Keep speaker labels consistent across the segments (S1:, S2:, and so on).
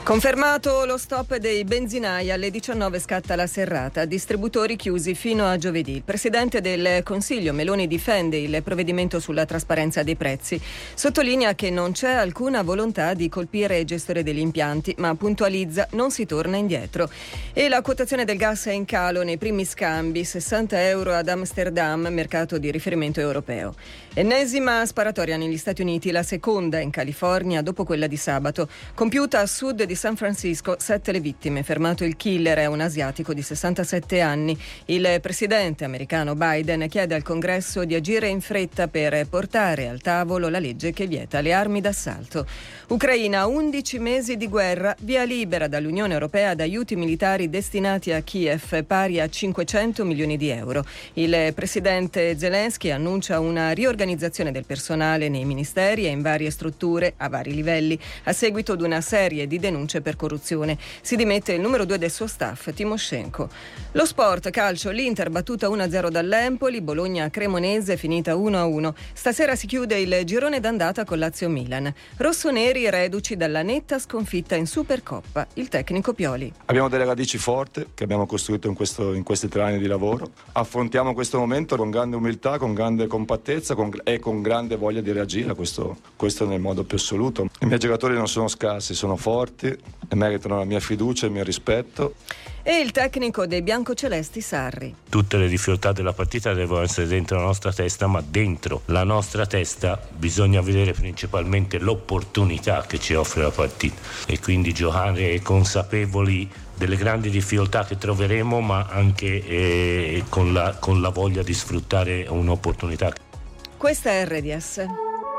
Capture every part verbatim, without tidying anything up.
S1: Confermato lo stop dei benzinai, alle diciannove scatta la serrata, distributori chiusi fino a giovedì. Il Presidente del Consiglio Meloni difende il provvedimento sulla trasparenza dei prezzi, sottolinea che non c'è alcuna volontà di colpire i gestori degli impianti, ma puntualizza non si torna indietro. E la quotazione del gas è in calo nei primi scambi, sessanta euro ad Amsterdam, mercato di riferimento europeo. Ennesima sparatoria negli Stati Uniti, la seconda in California dopo quella di sabato, compiuta a sud di San Francisco, sette le vittime. Fermato il killer, è un asiatico di sessantasette anni. Il presidente americano Biden chiede al Congresso di agire in fretta per portare al tavolo la legge che vieta le armi d'assalto. Ucraina, undici mesi di guerra, via libera dall'Unione Europea ad aiuti militari destinati a Kiev pari a cinquecento milioni di euro. Il presidente Zelensky annuncia una riorganizzazione del personale nei ministeri e in varie strutture a vari livelli a seguito di una serie di denunce per corruzione. Si dimette il numero due del suo staff, Timoshenko. Lo sport, calcio, l'Inter battuta uno a zero dall'Empoli, Bologna-Cremonese finita uno a uno. Stasera si chiude il girone d'andata con Lazio-Milan. Rossoneri reduci dalla netta sconfitta in Supercoppa, il tecnico Pioli.
S2: Abbiamo delle radici forti che abbiamo costruito in, questo, in questi tre anni di lavoro. Affrontiamo questo momento con grande umiltà, con grande compattezza con, e con grande voglia di reagire a questo, questo nel modo più assoluto. I miei giocatori non sono scarsi, sono forti e meritano la mia fiducia e il mio rispetto.
S1: E il tecnico dei biancocelesti Sarri.
S3: Tutte le difficoltà della partita devono essere dentro la nostra testa, ma dentro la nostra testa bisogna vedere principalmente l'opportunità che ci offre la partita e quindi giocare consapevoli delle grandi difficoltà che troveremo, ma anche eh, con, la, con la voglia di sfruttare un'opportunità.
S1: Questa è R D S.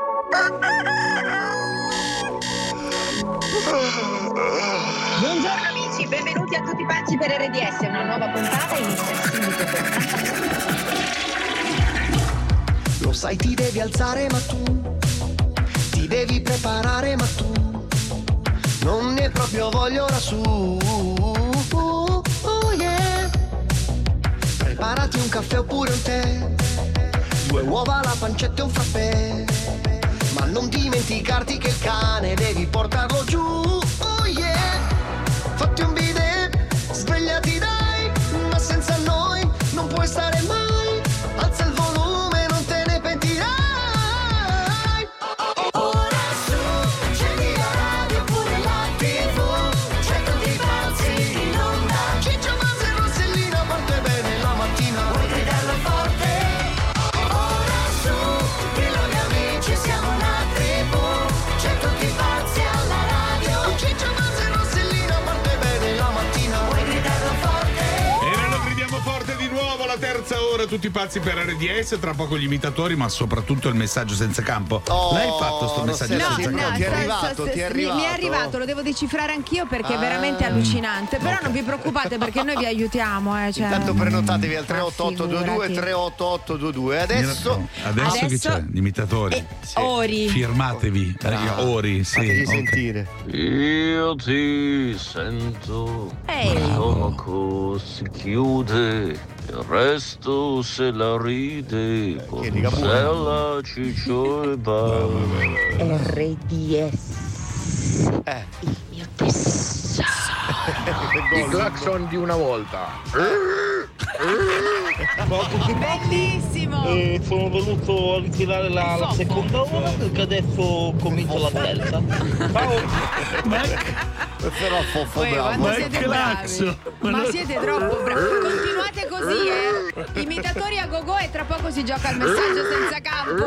S4: Buongiorno amici, benvenuti a Tutti Pazzi per R D S, una nuova puntata inizia subito con...
S5: Lo sai, ti devi alzare ma tu ti devi preparare ma tu non ne proprio voglio ora su. Oh, oh yeah. Preparati un caffè oppure un tè, due uova, la pancetta e un frappè, ma non dimenticarti che il cane devi portarlo giù. Oh yeah. Fatti un bidet, svegliati dai, ma senza noi non puoi stare mai. Alza il volume, non te ne pentirai. Ora su, accendi la radio pure la tivù, c'è Tutti Pazzi in onda. Ciccio, Mazza e Rossellina parte bene la mattina. Vuoi gridarlo forte? Ora su, dillo agli amici, siamo una tribù, c'è Tutti Pazzi alla radio. Ciccio, Mazza e Rossellina parte bene la mattina. Vuoi gridarlo forte?
S6: E noi lo gridiamo forte di nuovo, la terza ora, Tutti Pazzi per R D S, tra poco gli imitatori, ma soprattutto il messaggio senza campo.
S5: Oh,
S6: L'hai fatto sto messaggio
S5: Rossella,
S6: senza
S5: sì,
S6: campo?
S5: no, ti è arrivato,
S7: so-
S5: ti è
S7: mi-
S5: arrivato.
S7: Mi è arrivato, lo devo decifrare anch'io perché è
S5: Ah.
S7: veramente allucinante. Però
S6: Ok.
S7: non vi preoccupate perché noi vi aiutiamo. Eh, cioè,
S5: Intanto prenotatevi al
S7: ah,
S5: tre otto otto due due
S7: figurati.
S5: tre otto otto due due. Adesso
S6: Adesso, che
S7: Adesso-
S6: c'è? Gli imitatori.
S7: Eh, Ori.
S6: Firmatevi. raga, Ori, sì.
S5: fatevi
S6: ok.
S5: sentire.
S8: Io ti sento,
S7: Ehi.
S8: il stomaco si chiude, il resto se la ride, con
S5: riga pure.
S8: Stella, Ciccio e Paolo.
S4: R D S,
S5: Eh.
S4: il mio tesoro.
S9: Il clacson di una volta.
S7: Bellissimo.
S10: Eh, sono venuto a ritirare la, la seconda ora perché adesso comincia la terza. Ciao!
S5: Però fofo
S7: Poi,
S5: bravo.
S7: quando siete bravi, ma siete troppo bravi. Continuate così, eh. Imitatori a gogo e tra poco si gioca al messaggio senza campo.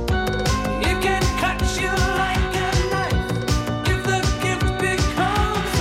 S11: You can cut you like a knife if the gift becomes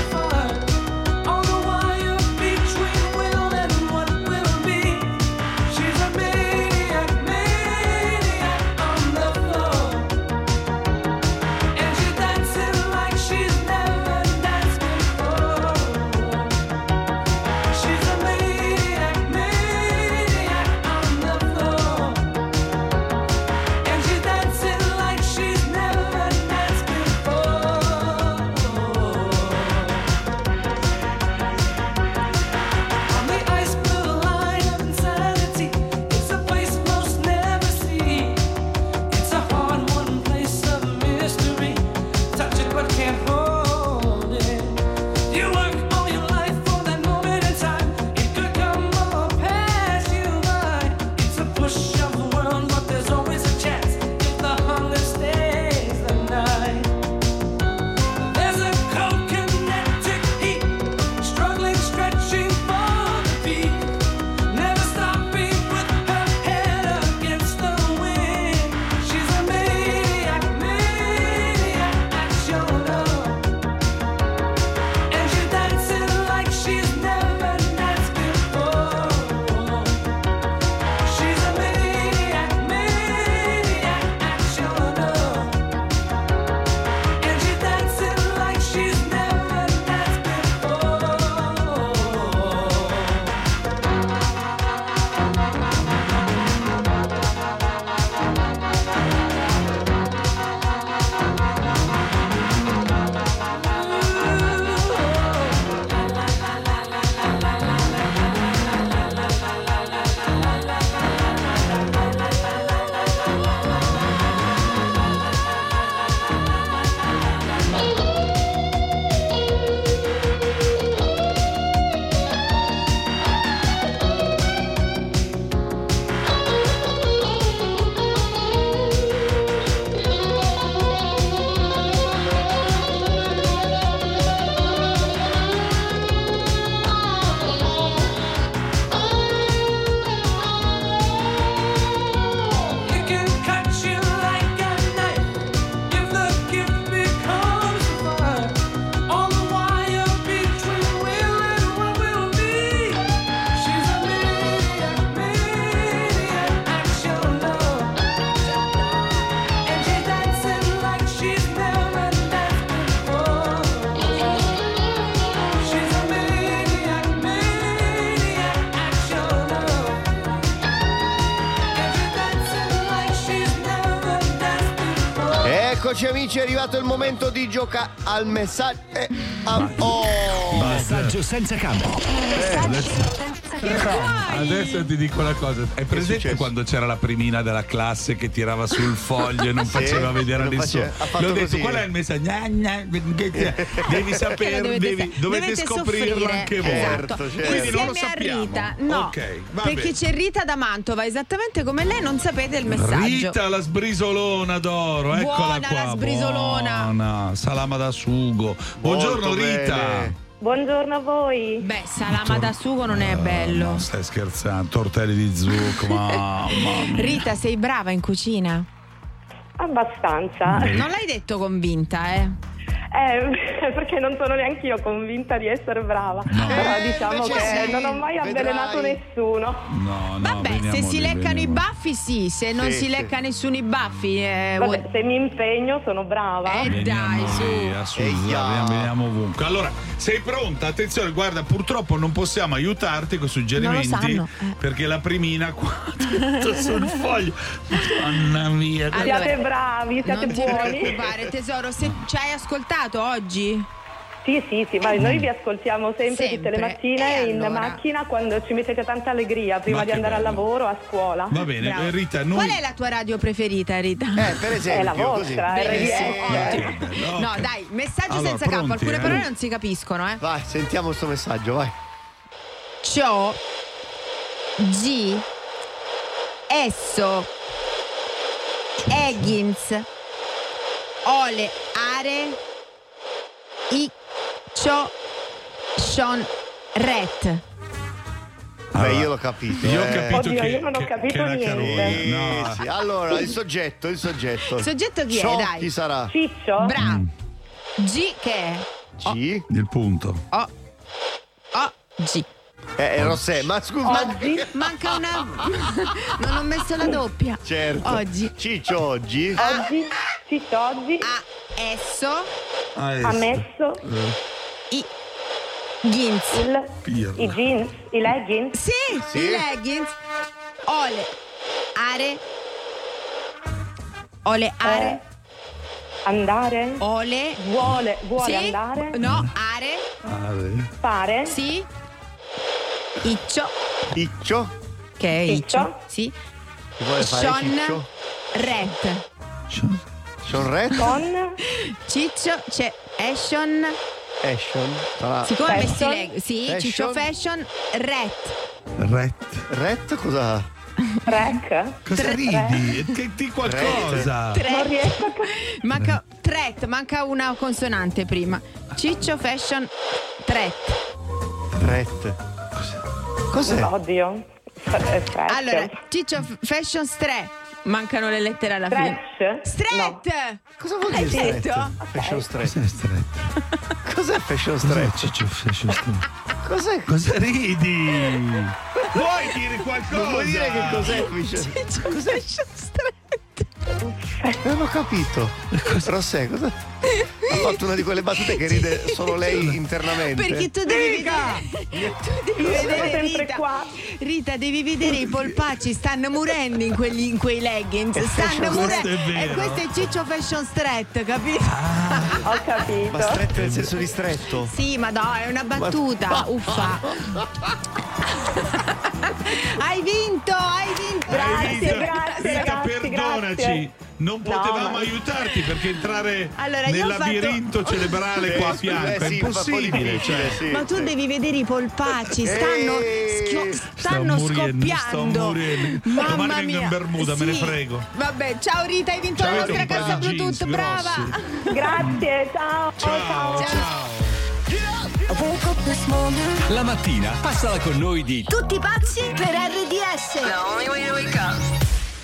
S5: Eccoci amici, è arrivato il momento di giocare al messaggio. Eh, ah, oh.
S11: Messaggio senza campo.
S6: Eh, adesso, adesso ti dico una cosa. È presente quando c'era la primina della classe che tirava sul foglio e non
S5: Sì,
S6: faceva vedere a
S5: non
S6: nessuno?
S5: faceva- ha fatto
S6: Le ho detto,
S5: così.
S6: qual è il messaggio? Gna, gna, devi sapere,
S7: dovete
S6: devi,
S7: sa-
S6: dovete
S7: dovete
S6: scoprirlo
S7: soffrire.
S6: anche voi.
S5: Certo, certo.
S6: Quindi non lo
S7: Insieme a
S6: sappiamo.
S7: Rita, no,
S6: Ok, va
S7: perché
S6: bene.
S7: c'è Rita da Mantova, esattamente come lei, non sapete il messaggio.
S6: Rita la sbrisolona d'oro, eccola
S7: Buona
S6: qua.
S7: la sbrisolona.
S6: Buona, salama da sugo. Buongiorno
S5: Molto
S6: Rita.
S5: bene.
S12: Buongiorno a voi.
S7: Beh, salama da sugo non è bello.
S6: No, stai scherzando, tortelli di zucco, mamma mia.
S7: Rita, sei brava in cucina?
S12: Abbastanza.
S7: Non l'hai detto convinta, eh?
S12: Eh, perché non sono neanche io convinta di essere brava. Però
S5: Eh,
S12: diciamo
S5: invece
S12: che
S5: sì,
S12: non ho mai avvelenato
S5: vedrai.
S12: nessuno.
S6: No, no,
S7: Vabbè, se
S6: veniamo
S7: si
S6: lì,
S7: leccano i
S6: veniamo.
S7: baffi sì, se non
S5: Sì,
S7: si
S5: sì.
S7: lecca nessuno i baffi eh,
S12: Vabbè,
S7: vuol-
S12: se mi impegno sono brava.
S7: Eh,
S6: Veniamo
S7: dai, su.
S6: lì, a Susa,
S5: Eia.
S6: veniamo, veniamo ovunque. Allora, sei pronta? Attenzione, guarda, purtroppo non possiamo aiutarti con i suggerimenti
S7: Non lo sanno, eh.
S6: perché la primina qua tutto sul foglio. Mamma mia.
S7: Allora,
S12: Siate bravi, siate
S7: non ti
S12: buoni.
S7: preoccupare tesoro, se ci hai ascoltato oggi?
S12: Sì, sì, sì, ma noi vi ascoltiamo sempre, tutte
S7: Sempre.
S12: le mattine
S7: E
S12: in
S7: allora?
S12: macchina quando ci mettete tanta allegria prima
S6: Ma
S12: di
S6: che
S12: andare
S6: bello.
S12: al lavoro, a scuola.
S6: Va bene,
S7: Bravo.
S6: eh, Rita, noi...
S7: Qual è la tua radio preferita, Rita?
S5: Eh, per esempio,
S12: È la
S5: così.
S12: vostra, R D S.
S7: Benissimo,
S6: Che
S7: ottimo.
S6: bello,
S7: No,
S6: ok.
S7: dai, messaggio
S6: Allora,
S7: senza campo,
S6: pronti,
S7: alcune
S6: eh?
S7: parole non si capiscono, eh.
S5: Vai, sentiamo sto messaggio, vai.
S7: Ciò G Esso Eggins Ole Are I Cio Sean Ret.
S5: Beh, io l'ho capito.
S6: Io ho
S5: eh.
S6: capito
S12: Oddio,
S6: che,
S12: io non ho
S6: che-
S12: capito
S6: che è una
S12: niente.
S6: carogna.
S5: Sì,
S6: No.
S5: sì. Allora, il soggetto, il soggetto.
S7: Il soggetto chi è,
S5: So
S7: dai?
S5: chi sarà?
S12: Ciccio?
S7: Bravo. G che è
S5: G.
S6: Il punto.
S7: O O G.
S5: Eh, è Rossè, ma scusa. ma-
S12: Oggi?
S7: Manca una. Non ho messo la doppia.
S5: Certo.
S7: Oggi.
S5: Ciccio oggi.
S12: Oggi? Ciccio oggi?
S7: A esso
S12: Ha messo
S7: I Gins.
S12: il,
S6: Pirla.
S12: i jeans, i leggings?
S7: Sì,
S5: Sì.
S7: i leggings. Ole Are Ole Are
S12: Andare?
S7: Ole
S12: Vuole, vuole
S7: Sì.
S12: andare?
S7: No, Are
S12: Fare?
S7: Sì. Iccio
S5: Iccio.
S7: che è
S12: Iccio.
S7: Iccio. Sì.
S5: Che vuole fare
S7: Sean
S5: Ciccio?
S7: Ret.
S5: Sean Red?
S12: Con?
S7: Ciccio c'è Ashon.
S5: Action. Sarà.
S7: Siccome
S12: Fashion?
S7: vesti leg- sì,
S5: Fashion?
S7: Ciccio Fashion Ret.
S6: Ret.
S5: Red cosa?
S12: Rec?
S6: Cosa
S7: Tre-
S6: ridi? Che di qualcosa.
S7: Tre-
S12: Non riesco a capire.
S7: Manca Tret, manca una consonante prima. Ciccio Fashion Tret.
S5: Red. Cos'è?
S12: Oddio. F- Fresh.
S7: Allora, Ciccio Fashion Stre. Mancano le lettere alla fine.
S12: Fresh?
S7: Stret!
S12: No.
S5: Cosa vuol
S7: Hai
S5: dire
S7: detto?
S5: stretto? Fashion stretch.
S6: Cos'è stretto?
S5: Cos'è fashion stretch?
S6: Ciccio fashion stretch.
S5: Cos'è?
S6: Cosa ridi? Vuoi dire qualcosa?
S5: Non vuoi dire che cos'è fashion?
S7: Ciccio Fashion Stret.
S5: Non ho capito. Rossè, cosa? Ha fatto una di quelle battute che ride solo lei internamente.
S7: Perché tu devi vedere. Tu devi vedere
S12: sempre
S7: Rita.
S12: qua.
S7: Rita, devi vedere i polpacci, stanno morendo in, quegli, in quei leggings. Stanno
S6: Questo
S7: morendo.
S6: è
S7: E
S6: vero.
S7: questo è Ciccio Fashion Stret, capito?
S12: Ho capito.
S5: Ma stretto nel senso di stretto?
S7: Sì, ma no, è una battuta. Uffa. Hai vinto, hai vinto.
S12: Grazie,
S6: Rita,
S12: grazie,
S6: Rita,
S12: ragazzi,
S6: perdonarci.
S12: grazie.
S6: Non
S12: No,
S6: potevamo
S12: ma-
S6: aiutarti perché entrare
S7: Allora, io
S6: nel
S7: ho fatto-
S6: labirinto cerebrale qua a
S5: Eh,
S6: fianco
S5: eh,
S6: è
S5: sì, un po'
S6: impossibile.
S5: difficile,
S6: Cioè.
S5: sì,
S7: Ma tu
S5: sì.
S7: devi vedere i polpacci, stanno,
S5: Eh,
S7: schio-
S6: Sto
S7: stanno
S6: morendo, sto
S7: scoppiando.
S6: morendo.
S7: Mamma
S6: Domani vengo
S7: mia.
S6: in Bermuda, me ne
S7: Sì.
S6: frego.
S7: Vabbè, ciao Rita, hai vinto
S6: Ci
S7: la
S6: avete
S7: nostra
S6: un paio
S7: cassa
S6: di jeans
S7: Bluetooth, brava.
S6: grossi.
S12: Grazie, ciao.
S6: Ciao, ciao.
S11: La mattina passala con noi di
S13: Tutti pazzi per R D S. The only way to wake up.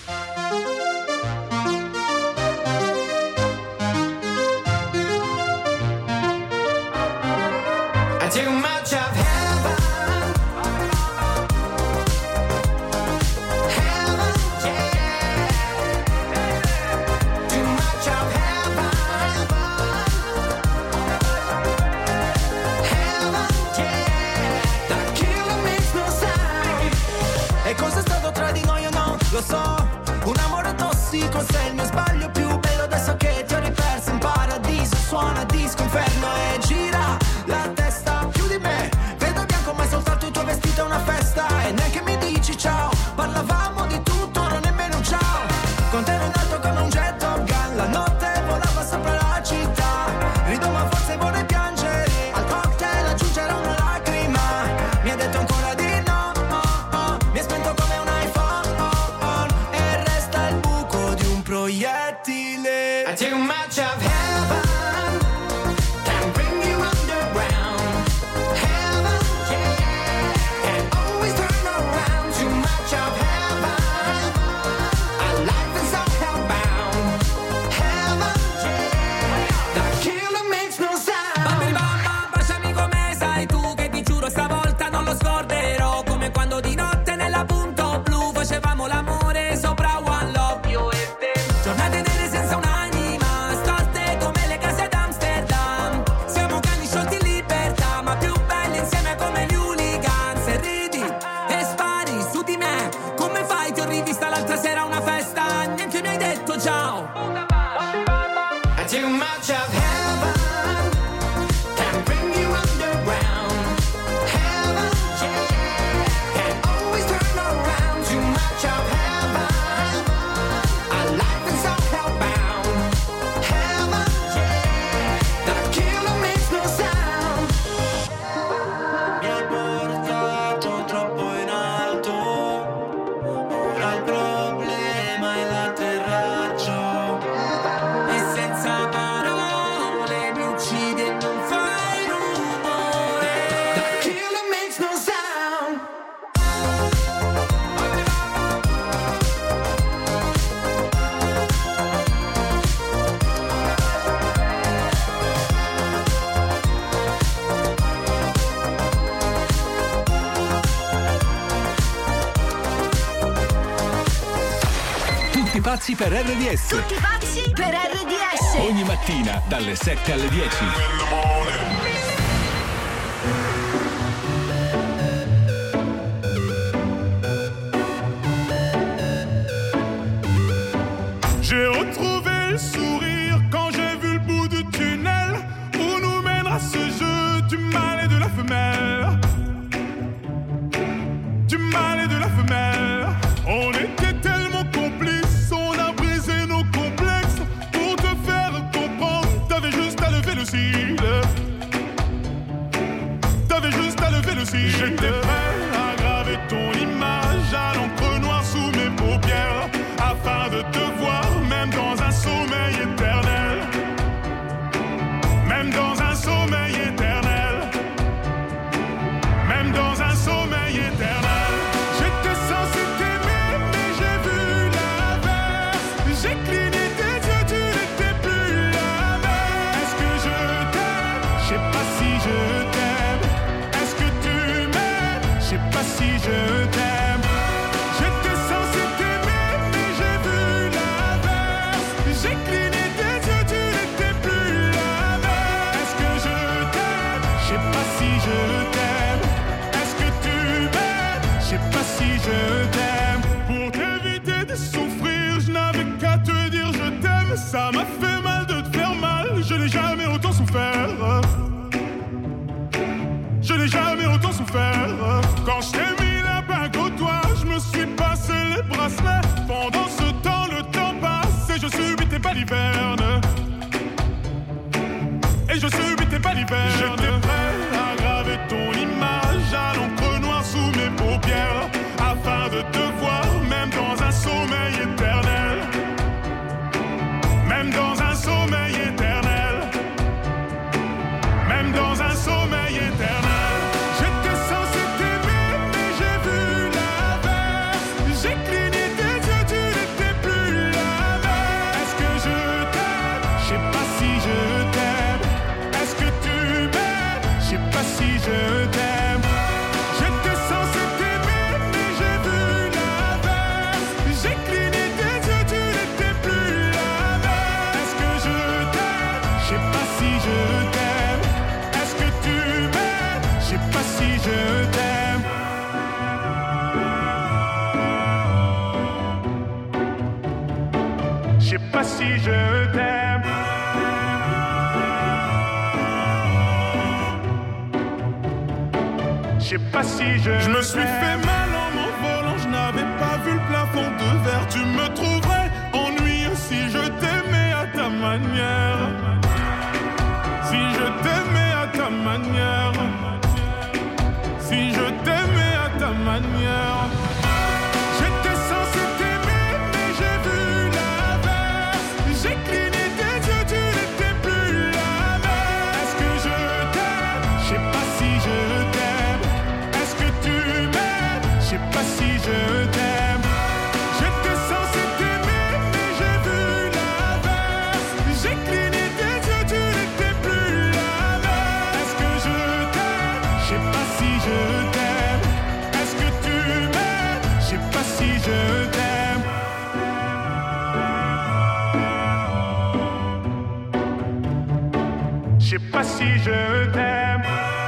S14: I too much of heaven, heaven, yeah. Too much of heaven, heaven, yeah. The killer makes no sound. E cosa è stato tra di noi o no? Lo so, un amore tossico, sei il mio sbaglio più bello adesso che ti ho ripetuto.
S11: pazzi per R D S.
S13: Tutti pazzi per R D S.
S11: Ogni mattina dalle sette alle dieci.
S15: J'ai retrouvé le sourire quand j'ai vu le bout du tunnel où nous mènera ce jeu du mâle et de la femelle. Du mâle et de la femelle. On était tellement complices, on a brisé nos complexes pour te faire comprendre. T'avais juste à lever le cil. T'avais juste à lever le cil. J'étais prêt à graver ton image à l'encre noire sous mes paupières afin de te voir même dans un sommeil éternel. Même dans un sommeil éternel. Même dans un sommeil éternel. J'étais censé t'aimer mais j'ai vu l'inverse. J'ai cligné tes yeux, tu n'étais plus la même. Est-ce que je t'aime? Je sais pas si je t'aime. Est-ce que tu m'aimes? Je sais pas si je t'aime. J'étais censé t'aimer mais j'ai vu l'inverse. J'ai cligné tes yeux, tu n'étais plus la même. Est-ce que je t'aime? Je sais pas si je t'aime. Est-ce que tu m'aimes? Je sais pas si je t'aime. Pour t'éviter de souffrir, je n'avais qu'à te dire je t'aime. Ça m'a fait mal de te faire mal, je n'ai jamais autant souffert. Je n'ai jamais autant souffert. Quand je t'ai mis la bague au doigt, je me suis passé les bracelets. Pendant ce temps, le temps passe et je subis tes balivernes. Et je subis tes balivernes. J'étais prêt à graver ton image à l'encre noire sous mes paupières afin de te voir même dans un sommeil éternel. Même dans un sommeil éternel. Même dans un sommeil éternel. J'étais censé t'aimer mais j'ai vu l'inverse. J'ai cligné tes yeux, tu n'étais plus la même. Est-ce que je t'aime? Je sais pas si je t'aime. Est-ce que tu m'aimes? Je sais pas si je t'aime. J'étais censé t'aimer mais j'ai vu l'inverse. J'ai cligné tes yeux, tu n'étais plus la même. Est-ce que je t'aime? Je sais pas si je t'aime. Est-ce que tu m'aimes? Je sais pas si je t'aime. Je sais pas si je t'aime. Je sais pas si je Je me suis fait mal en m'envolant, je n'avais pas vu le plafond de verre. Tu me trouverais ennuyeux si je t'aimais à ta manière. Si je t'aimais à ta manière. Si je t'aimais à ta manière. J'étais censé t'aimer mais j'ai vu l'inverse. J'ai cligné tes yeux, tu n'étais plus la même. Est-ce que je t'aime? Je sais pas si je t'aime. Est-ce que tu m'aimes? Je sais pas si je t'aime. J'étais censé t'aimer mais j'ai vu l'inverse. J'ai cligné tes yeux, tu n'étais plus la même. Est-ce que je t'aime? Je sais pas si je t'aime. Est-ce que tu m'aimes? Je sais pas si je t'aime. Je sais pas si je t'aime.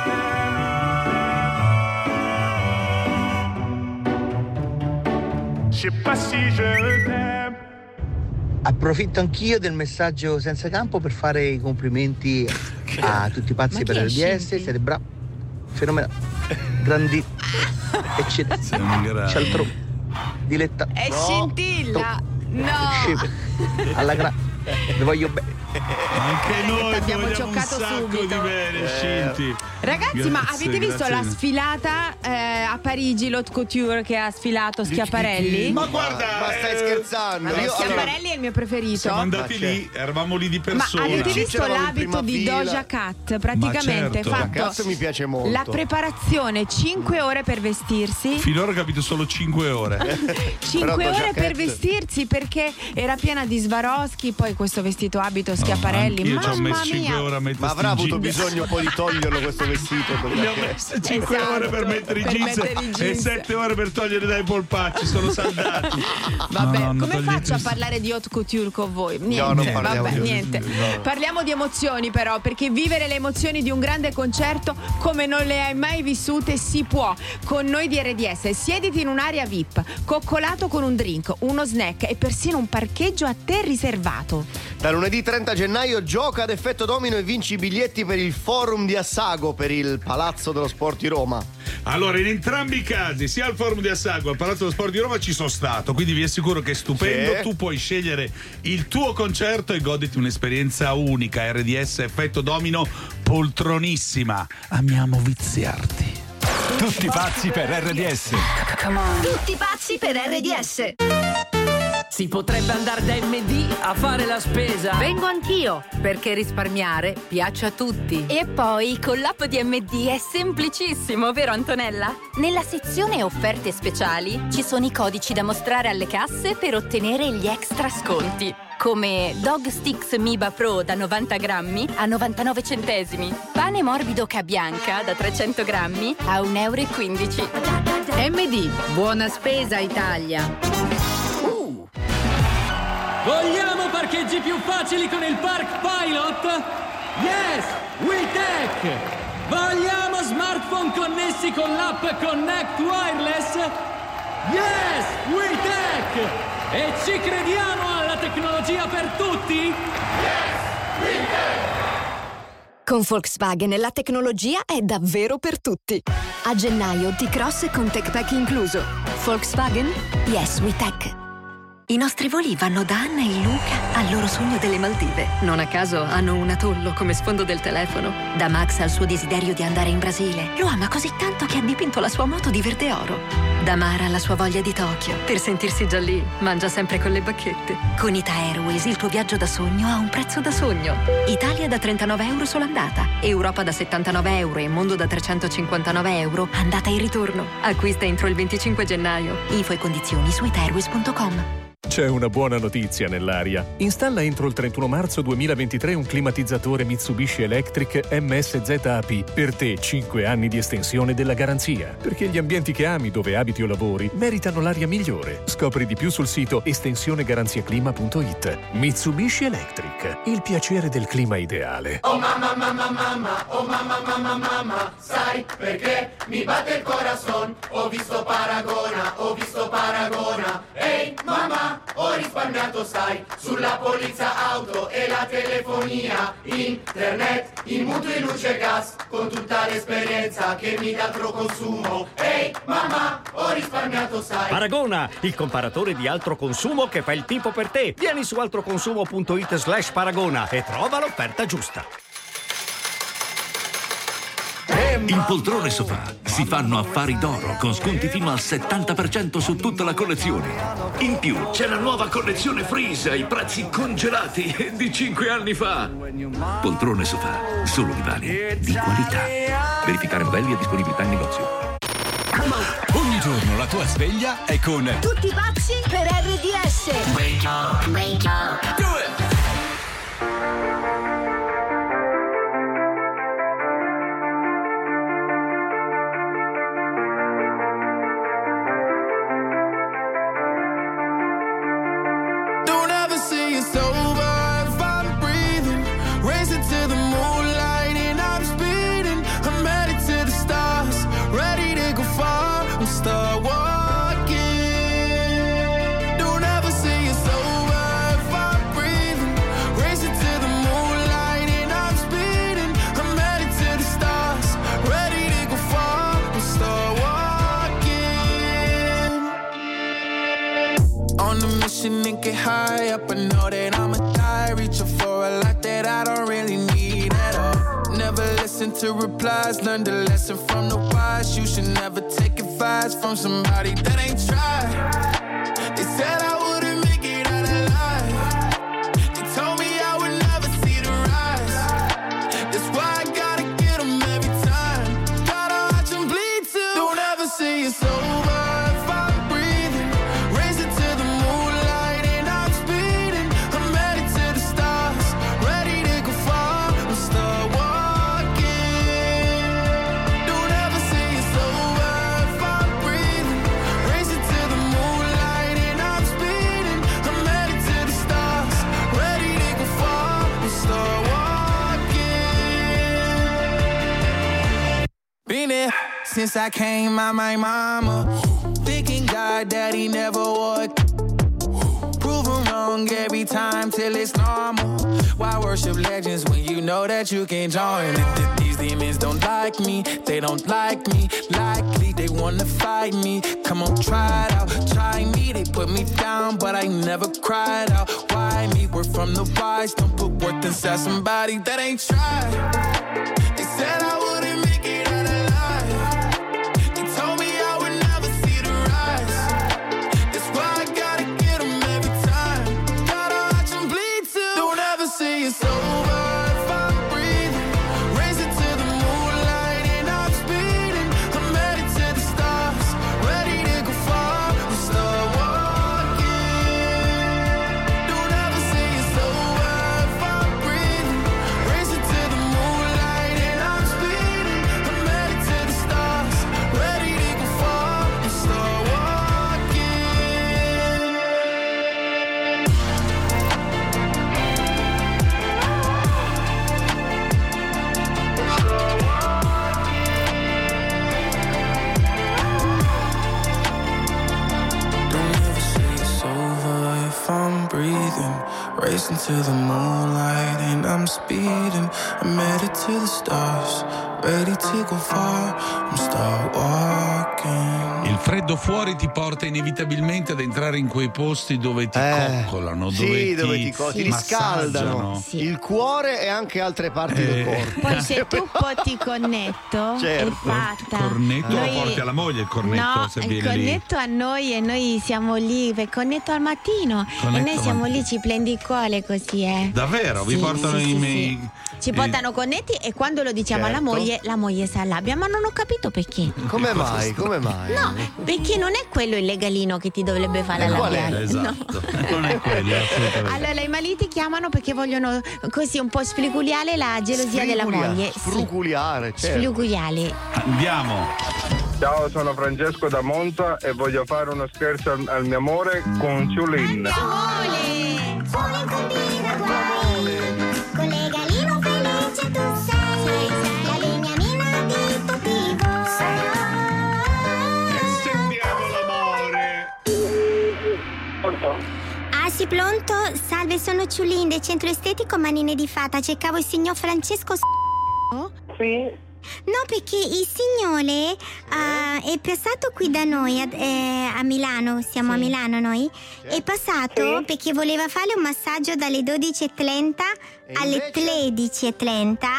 S15: Je sais pas si je t'aime.
S16: Approfitto anch'io del messaggio senza campo per fare i complimenti a tutti i pazzi per R D S. Siete bravi, fenomenali, grandi, eccetera. Cialtro, diletta.
S7: È scintilla. No.
S16: Alla gra... Vi voglio bene.
S6: Anche noi
S7: abbiamo
S6: ti vogliamo
S7: cioccato
S6: un sacco
S7: subito.
S6: di bene, Scinti.
S7: Ragazzi,
S6: Grazie,
S7: ma avete visto
S6: grazie.
S7: la sfilata eh, a Parigi, l'Haute Couture che ha sfilato Schiaparelli?
S6: Ma guarda,
S5: ma stai
S6: eh,
S5: scherzando?
S7: Allora,
S5: Io-
S7: Schiaparelli è il mio preferito.
S6: Siamo andati
S5: Ma
S6: lì, eravamo lì di
S7: Ma
S6: persona.
S7: avete visto
S5: C'eravamo in
S7: l'abito
S5: prima
S7: di
S5: fila.
S7: Doja Cat? Praticamente
S6: certo.
S7: fatto
S5: Cazzo, mi piace molto.
S7: la preparazione, cinque ore per vestirsi.
S6: Finora ho capito solo cinque ore.
S7: cinque
S5: Però Doja
S7: ore per
S5: Cat-
S7: vestirsi perché era piena di Swarovski, poi questo vestito abito Schiaparelli.
S6: Io ci ho
S7: Mamma
S6: messo cinque
S7: mia.
S6: ore a mettere
S16: Ma avrà
S6: sti
S16: avuto
S6: jeans.
S16: bisogno poi di toglierlo questo vestito?
S6: Ne ho messo cinque
S7: Esatto,
S6: ore per mettere i
S7: per
S6: jeans,
S7: mettere i
S6: e
S7: jeans.
S6: sette ore per togliere dai polpacci, sono saldati.
S7: Vabbè,
S6: Madonna,
S7: come
S6: togliete-
S7: faccio a parlare di haute couture con voi? Niente,
S16: No, non parliamo
S7: vabbè,
S16: di-
S7: niente.
S16: no.
S7: Parliamo di emozioni però, perché vivere le emozioni di un grande concerto come non le hai mai vissute si può. Con noi di R D S siediti in un'area V I P, coccolato con un drink, uno snack e persino un parcheggio a te riservato.
S16: Da lunedì trenta gennaio gioca ad effetto domino e vinci i biglietti per il forum di Assago per il Palazzo dello Sport di Roma.
S6: Allora, in entrambi i casi, sia al Forum di Assago al Palazzo dello Sport di Roma ci sono stato, quindi vi assicuro che è stupendo.
S16: Sì.
S6: Tu puoi scegliere il tuo concerto e goditi un'esperienza unica. R D S effetto domino, poltronissima. Amiamo viziarti.
S11: Tutti pazzi per R D S.
S13: Tutti pazzi per R D S.
S17: Si potrebbe andare da M D a fare la spesa.
S18: Vengo anch'io, perché risparmiare piace a tutti.
S19: E poi con l'app di M D è semplicissimo, vero Antonella? Nella sezione offerte speciali ci sono i codici da mostrare alle casse per ottenere gli extra sconti. Come Dog Sticks Miba Pro da novanta grammi a novantanove centesimi. Pane morbido Cabianca da trecento grammi a un euro e quindici.
S18: M D, buona spesa Italia.
S17: Vogliamo parcheggi più facili con il Park Pilot? Yes! WeTech! Vogliamo smartphone connessi con l'app Connect Wireless? Yes! WeTech! E ci crediamo alla tecnologia per tutti? Yes! WeTech!
S20: Con Volkswagen la tecnologia è davvero per tutti. A gennaio T-Cross con TechPack incluso. Volkswagen? Yes, WeTech. I nostri voli vanno da Anna e Luca al loro sogno delle Maldive. Non a caso hanno un atollo come sfondo del telefono. Da Max al suo desiderio di andare in Brasile. Lo ama così tanto che ha dipinto la sua moto di verde oro. Da Mara alla sua voglia di Tokyo. Per sentirsi già lì, mangia sempre con le bacchette. Con Ita Airways il tuo viaggio da sogno ha un prezzo da sogno. Italia da trentanove euro sola andata. Europa da settantanove euro e mondo da trecentocinquantanove euro andata e ritorno. Acquista entro il venticinque gennaio. Info e condizioni su ita airways punto com.
S21: C'è una buona notizia nell'aria. Installa entro il trentuno marzo duemilaventitré un climatizzatore Mitsubishi Electric M S Z A P. Per te cinque anni di estensione della garanzia. Perché gli ambienti che ami dove abiti o lavori meritano l'aria migliore. Scopri di più sul sito estensione garanzia clima punto it. Mitsubishi Electric. Il piacere del clima ideale.
S14: Oh mamma mamma mamma, oh mamma mamma mamma, sai perché mi batte il corazon? Ho visto Paragona, ho visto Paragona. Ehi mamma, ho risparmiato sai, sulla polizza auto e la telefonia, internet, i mutui, luce e gas, con tutta l'esperienza che mi dà altro consumo. Ehi mamma, ho risparmiato sai.
S22: Paragona, il comparatore di altro consumo che fa il tipo per te. Vieni su altroconsumo punto it slash Paragona e trova l'offerta giusta.
S23: In Poltrone Sofà si fanno affari d'oro con sconti fino al settanta per cento su tutta la collezione. In più c'è la nuova collezione Freeze ai prezzi congelati di cinque anni fa. Poltrone Sofà, solo divani di qualità. Verificare modelli e disponibilità in negozio.
S11: Ogni giorno la tua sveglia è con
S13: Tutti pazzi per R D S.
S14: Wake up, wake up. Do it. Start walking. Don't ever say it's over if I'm breathing. Racing to the moonlight and I'm speeding. I'm headed to the stars, ready to go far. We'll start walking. On a mission and get high up. I know that I'ma die, reaching for a lot that I don't really need at all. Never listen to replies, learn the lesson from the wise. You should never take advice from somebody that ain't tried. They said I wouldn't make it out alive. They told me I would never see the rise. That's why I gotta get them every time. Gotta watch them bleed too. Don't ever say it's over if I'm breathing. Racing to the moonlight and I'm speeding. I'm headed to the stars. Since I came out my mama, thinking God that he never would. Proven wrong every time till it's normal. Why worship legends when you know that you can join? These demons don't like me, they don't like me. Likely they wanna fight me. Come on, try it out, try me. They put me down, but I never cried out. Why me? We're from the wise. Don't put worth inside somebody that ain't tried. They said I wouldn't make it out alive. They told me I would never see the rise. That's why I gotta get them every time. Gotta watch them bleed too. Don't ever say it's over if I'm breathing. Racing to the moonlight and I'm speeding. I'm headed to the stars, ready to go far and start walking. Don't ever say it's over if I'm breathing. Racing to the moonlight and I'm speeding. I'm headed to the stars, ready to go far and start walking. Don't ever say it's over if I'm breathing. Racing to the moonlight and I'm speeding. I'm headed to the stars, ready to go far. I'm start walking.
S6: Il freddo fuori ti porta inevitabilmente ad entrare in quei posti dove ti
S5: Eh,
S6: coccolano,
S5: sì,
S6: dove ti,
S5: dove ti, co- ti riscaldano
S6: massaggiano.
S5: il cuore e anche altre parti
S6: Eh.
S5: del corpo.
S7: Poi se tu porti il cornetto
S5: Certo.
S7: è fatta.
S6: Il cornetto
S7: Noi-
S6: lo porti alla moglie il cornetto
S7: No,
S6: se
S7: il
S6: viene lì.
S7: cornetto a noi e noi siamo lì per il cornetto al mattino
S6: Cornetto
S7: e noi siamo
S6: al
S7: lì, ci prendi il cuore così, eh.
S6: Davvero? Vi
S7: Sì,
S6: portano
S7: sì,
S6: i
S7: sì,
S6: miei.
S7: Ci
S6: i-
S7: portano cornetti e quando lo diciamo alla
S5: Certo.
S7: moglie, la moglie si arrabbia, ma non ho capito perché.
S5: Come mai? Come mai?
S7: No, perché non è quello il legalino che ti dovrebbe fare
S5: E qual è?
S7: arrabbiare. No.
S6: Esatto. Non è quello, assolutamente.
S7: Allora i mariti chiamano perché vogliono così un po' sfliculiare la gelosia della
S5: Sfriculia-
S7: moglie. Sì,
S5: Sfruculiare, certo.
S7: sfliculiare.
S6: Andiamo.
S9: Ciao, sono Francesco da Monza e voglio fare uno scherzo al, al mio amore con Ciulin.
S13: Solo in combina guai. Con legalino felice tu sei. La legnamina di tutti voi.
S6: Sentiamo l'amore.
S13: Ah sì, pronto? Salve, sono Ciulin del centro estetico Manine di Fata. Cercavo il signor Francesco S***o?
S12: Sì.
S13: No, perché il signore ah, è passato qui da noi a, eh, a Milano, siamo a Milano noi. È passato
S12: Sì.
S13: perché voleva fare un massaggio dalle dodici e trenta
S5: E
S13: alle
S5: invece?
S13: tredici e trenta.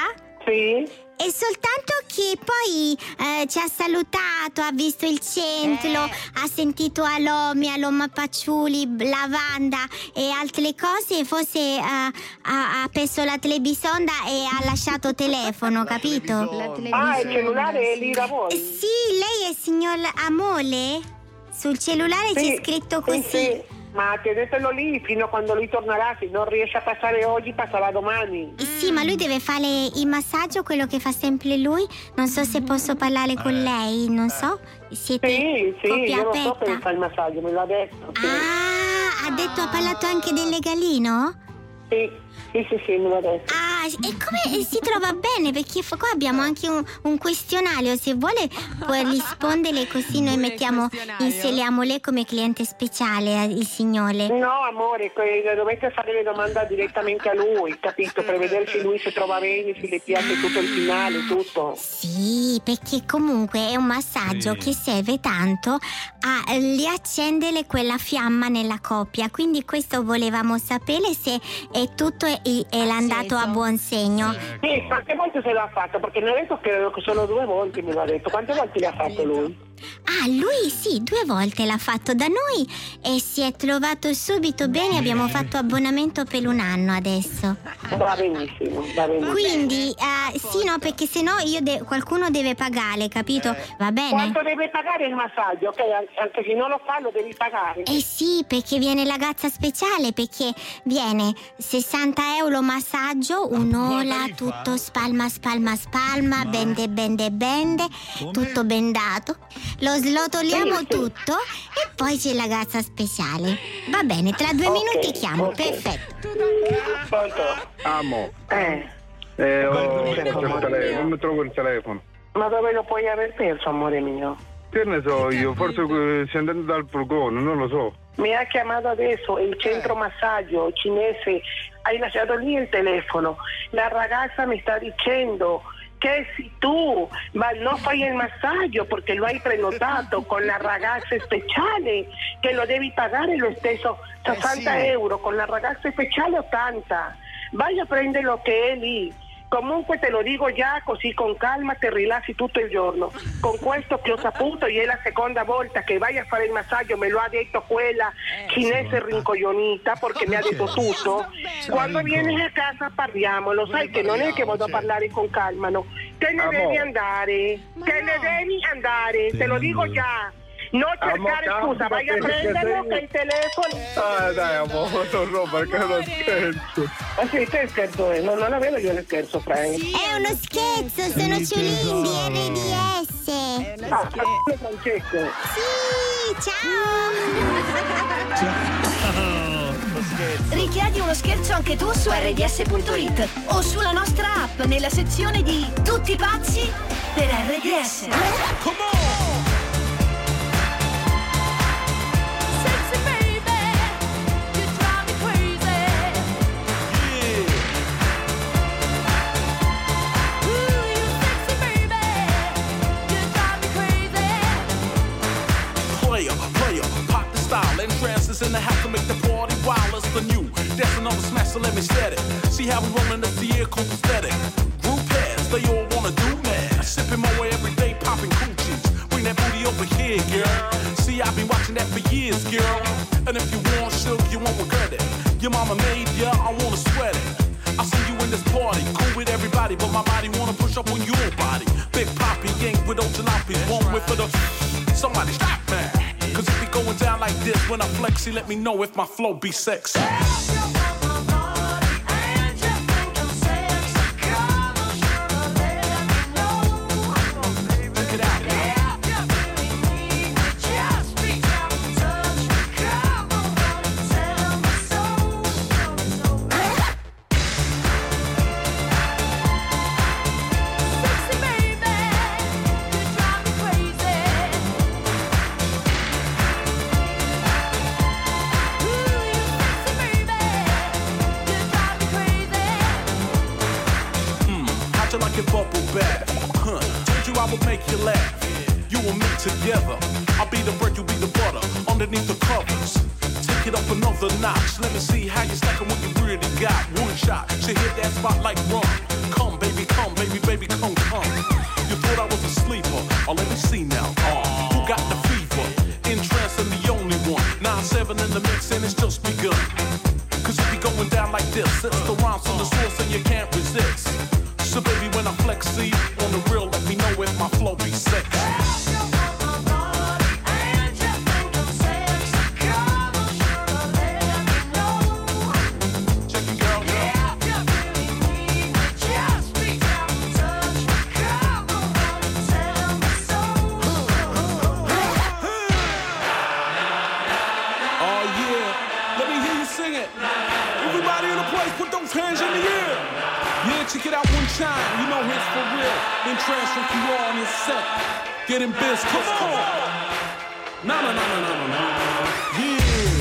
S12: Sì.
S13: E soltanto che poi eh, ci ha salutato, ha visto il centro, ha sentito Alomi, Aloma Paciuli, Lavanda e altre cose e forse eh, ha, ha perso la telebisonda e ha lasciato telefono, capito?
S12: Ah, il cellulare è lì da
S13: Eh,
S12: voi?
S13: Sì, lei è il signor Amole? Sul cellulare c'è scritto così.
S12: Sì, sì. Ma tenetelo lì fino a quando lui tornerà. Se non riesce a passare oggi, passerà domani.
S13: Eh, Sì, ma lui deve fare il massaggio, quello che fa sempre lui. Non so se posso parlare con lei, non so. Siete
S12: Sì, sì,
S13: coppia
S12: io lo so
S13: aperta?
S12: per fare il massaggio, me l'ha detto. Sì.
S13: Ah, ha detto, ha parlato anche del legalino?
S12: Sì, sì, sì, sì, me l'ha detto.
S13: Ah, e come si trova bene? Perché fa- qua abbiamo anche un, un questionario. Se vuole può rispondere così noi mettiamo, inseriamo lei come cliente speciale, eh, il signore.
S12: No, amore, que- dovete fare le domande direttamente a lui, capito? Per vedere se lui si trova bene, se le piace tutto il finale, tutto.
S13: Sì, perché comunque è un massaggio
S12: Sì.
S13: che serve tanto a riaccendere quella fiamma nella coppia. Quindi questo volevamo sapere se è tutto è, è l'andato a buon segno.
S12: Sì, quante volte se l'ha fatto? Perché mi ha detto che solo due volte me l'ha detto. Quante volte l'ha fatto lui?
S13: Ah, lui sì, due volte l'ha fatto da noi e si è trovato subito bene. Abbiamo fatto abbonamento per un anno adesso.
S12: Va benissimo, va benissimo.
S13: Quindi, eh, sì, no, perché sennò io de- qualcuno deve pagare, capito? Va bene?
S12: Quanto deve pagare il massaggio? Ok, anche se non lo fa lo devi pagare.
S13: Eh sì, perché viene la gazza speciale, perché viene sessanta euro massaggio, un'ora, tutto spalma, spalma, spalma, bende, bende, bende, tutto bendato. Lo slotoliamo tutto e poi c'è la gazza speciale. Va bene, tra due
S9: Ok,
S13: minuti chiamo,
S9: ok.
S13: perfetto.
S9: Amo. Eh. Eh, ho perso il telefono, non mi trovo il telefono.
S12: Ma dove lo puoi aver perso, amore mio?
S9: Che ne so io, forse eh, si è andato dal furgone, non lo so.
S12: Mi ha chiamato adesso il centro massaggio cinese, hai lasciato lì il telefono. La ragazza mi sta dicendo che se tu ma non fai il massaggio perché lo hai prenotato con la ragazza speciale, che lo devi pagare lo stesso sessanta
S5: Eh sì.
S12: euro, con la ragazza speciale ottanta. Vai a prendere lo che è lì. Comunque te lo dico già, così con calma ti rilassi tutto il giorno. Con questo che ho saputo, e è la seconda volta che vai a fare il massaggio, me lo ha detto quella cinese rincoglionita, perché mi ha detto tutto. Quando vieni a casa parliamo, lo sai che non è che vado a parlare con calma, no. Te ne devi andare, te ne devi andare, te lo dico già. Non cercare
S9: Amo,
S12: scusa, vai a
S9: perché
S12: prenderlo
S9: sei-
S12: che il telefono.
S9: Ah dai amore, no, perché non scherzo.
S12: Ma sì, che scherzo è? Non, non avevo io lo scherzo, Frank.
S13: È uno scherzo, sono Ciulin di R D S.
S12: Ah, c***o Francesco.
S13: Sì, ciao.
S1: Richiedi uno scherzo anche tu su R D S punto it o sulla nostra app nella sezione di Tutti pazzi per R D S.
S2: Player, player, pop the style. Entrances in the house to make the party wild as the new. That's another smash, so let me set it. See how we rollin' up the air, cool aesthetic. Group heads, they all wanna do man. Sipping my way every day, popping coochies. Bring that booty over here, girl. See, I've been watching that for years, girl. And if you want sugar, you won't regret it. Your mama made ya, I wanna sweat it. I see you in this party, cool with everybody, but my body wanna push up on your body. Big Poppy, gang with Ochalapi, one with for the. Somebody stop, man. Cause if we going down like this, when I flexy, let me know if my flow be sexy. Bubble bath, huh? Told you I would make you laugh. You and me together. I'll be the bread, you be the butter. Underneath the covers, take it up another notch. Let me see how you stacking what you really got. One shot, she hit that spot like rum. Come, baby, come, baby, baby, come, come. You thought I was a sleeper? Oh, let me see now. Oh, who got the fever? Interest in the only one. Nine seven in the mix and it's just begun. Cause if you going down like this, it's the rhymes from the source and you can't resist. So baby, when I flex, see, on the real, let me know if my flow be sexy. Check it out one time, you know it's for real. Then transfer you all on your set. Getting biz, come on. No, no, no, no, no, no, no. Yeah.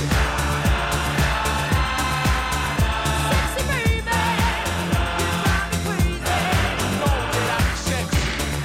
S2: Sexy baby, you drive me crazy. You know that I'm sexy.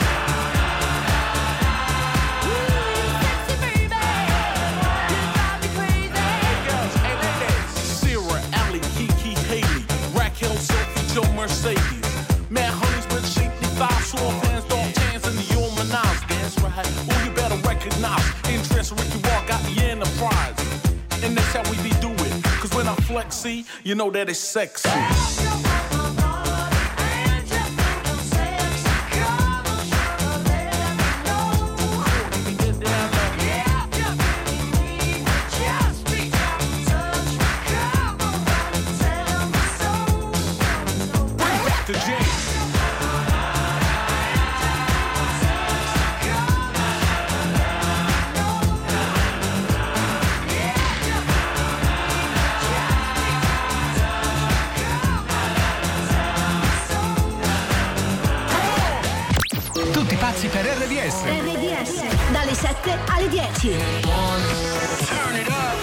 S2: Ooh, sexy baby, you drive me crazy. Hey girls, hey ladies. Sarah, Allie, Kiki, Haley, Raquel, Sophie, Joe, Mercedes. Mad honeys with shapely thighs, soft hands, dog tans, and the humanize. That's right. Oh, you better recognize. Interest, Ricky Walk got the enterprise. And that's how we be do it. Cause when I flexy, you know that it's sexy. To James.
S1: S, dalle sette alle dieci.
S2: Turn it up.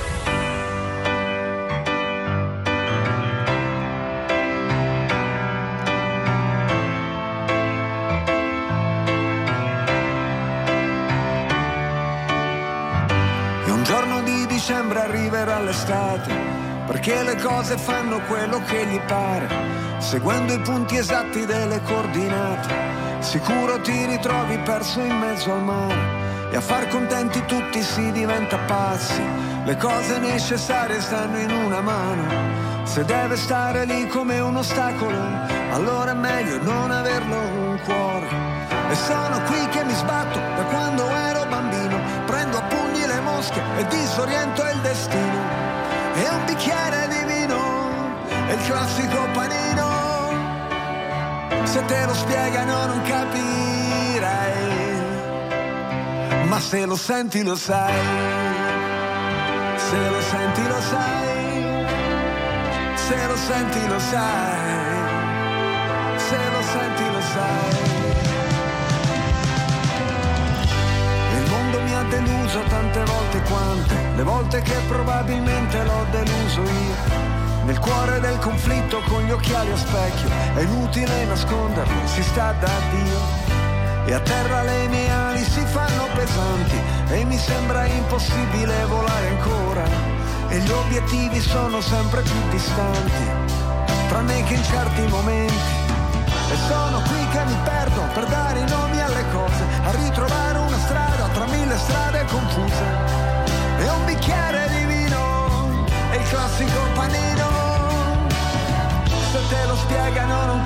S3: E un giorno di dicembre arriverà l'estate, perché le cose fanno quello che gli pare, seguendo i punti esatti delle coordinate. Sicuro ti ritrovi perso in mezzo al mare, e a far contenti tutti si diventa pazzi. Le cose necessarie stanno in una mano, se deve stare lì come un ostacolo, allora è meglio non averlo un cuore. E sono qui che mi sbatto da quando ero bambino, prendo a pugni le mosche e disoriento il destino. E un bicchiere di vino è il classico panino, se te lo spiegano non capirai, ma se lo senti lo sai, se lo senti lo sai, se lo senti lo sai, se lo senti lo sai. Il mondo mi ha deluso tante volte quante, le volte che probabilmente l'ho deluso io. Nel cuore del conflitto con gli occhiali a specchio, è inutile nasconderlo, si sta da Dio. E a terra le mie ali si fanno pesanti, e mi sembra impossibile volare ancora. E gli obiettivi sono sempre più distanti, tranne che in certi momenti. E sono qui che mi perdo per dare i nomi alle cose, a ritrovare una strada tra mille strade confuse. E un bicchiere di vino è il classico panino, se te lo spiegano non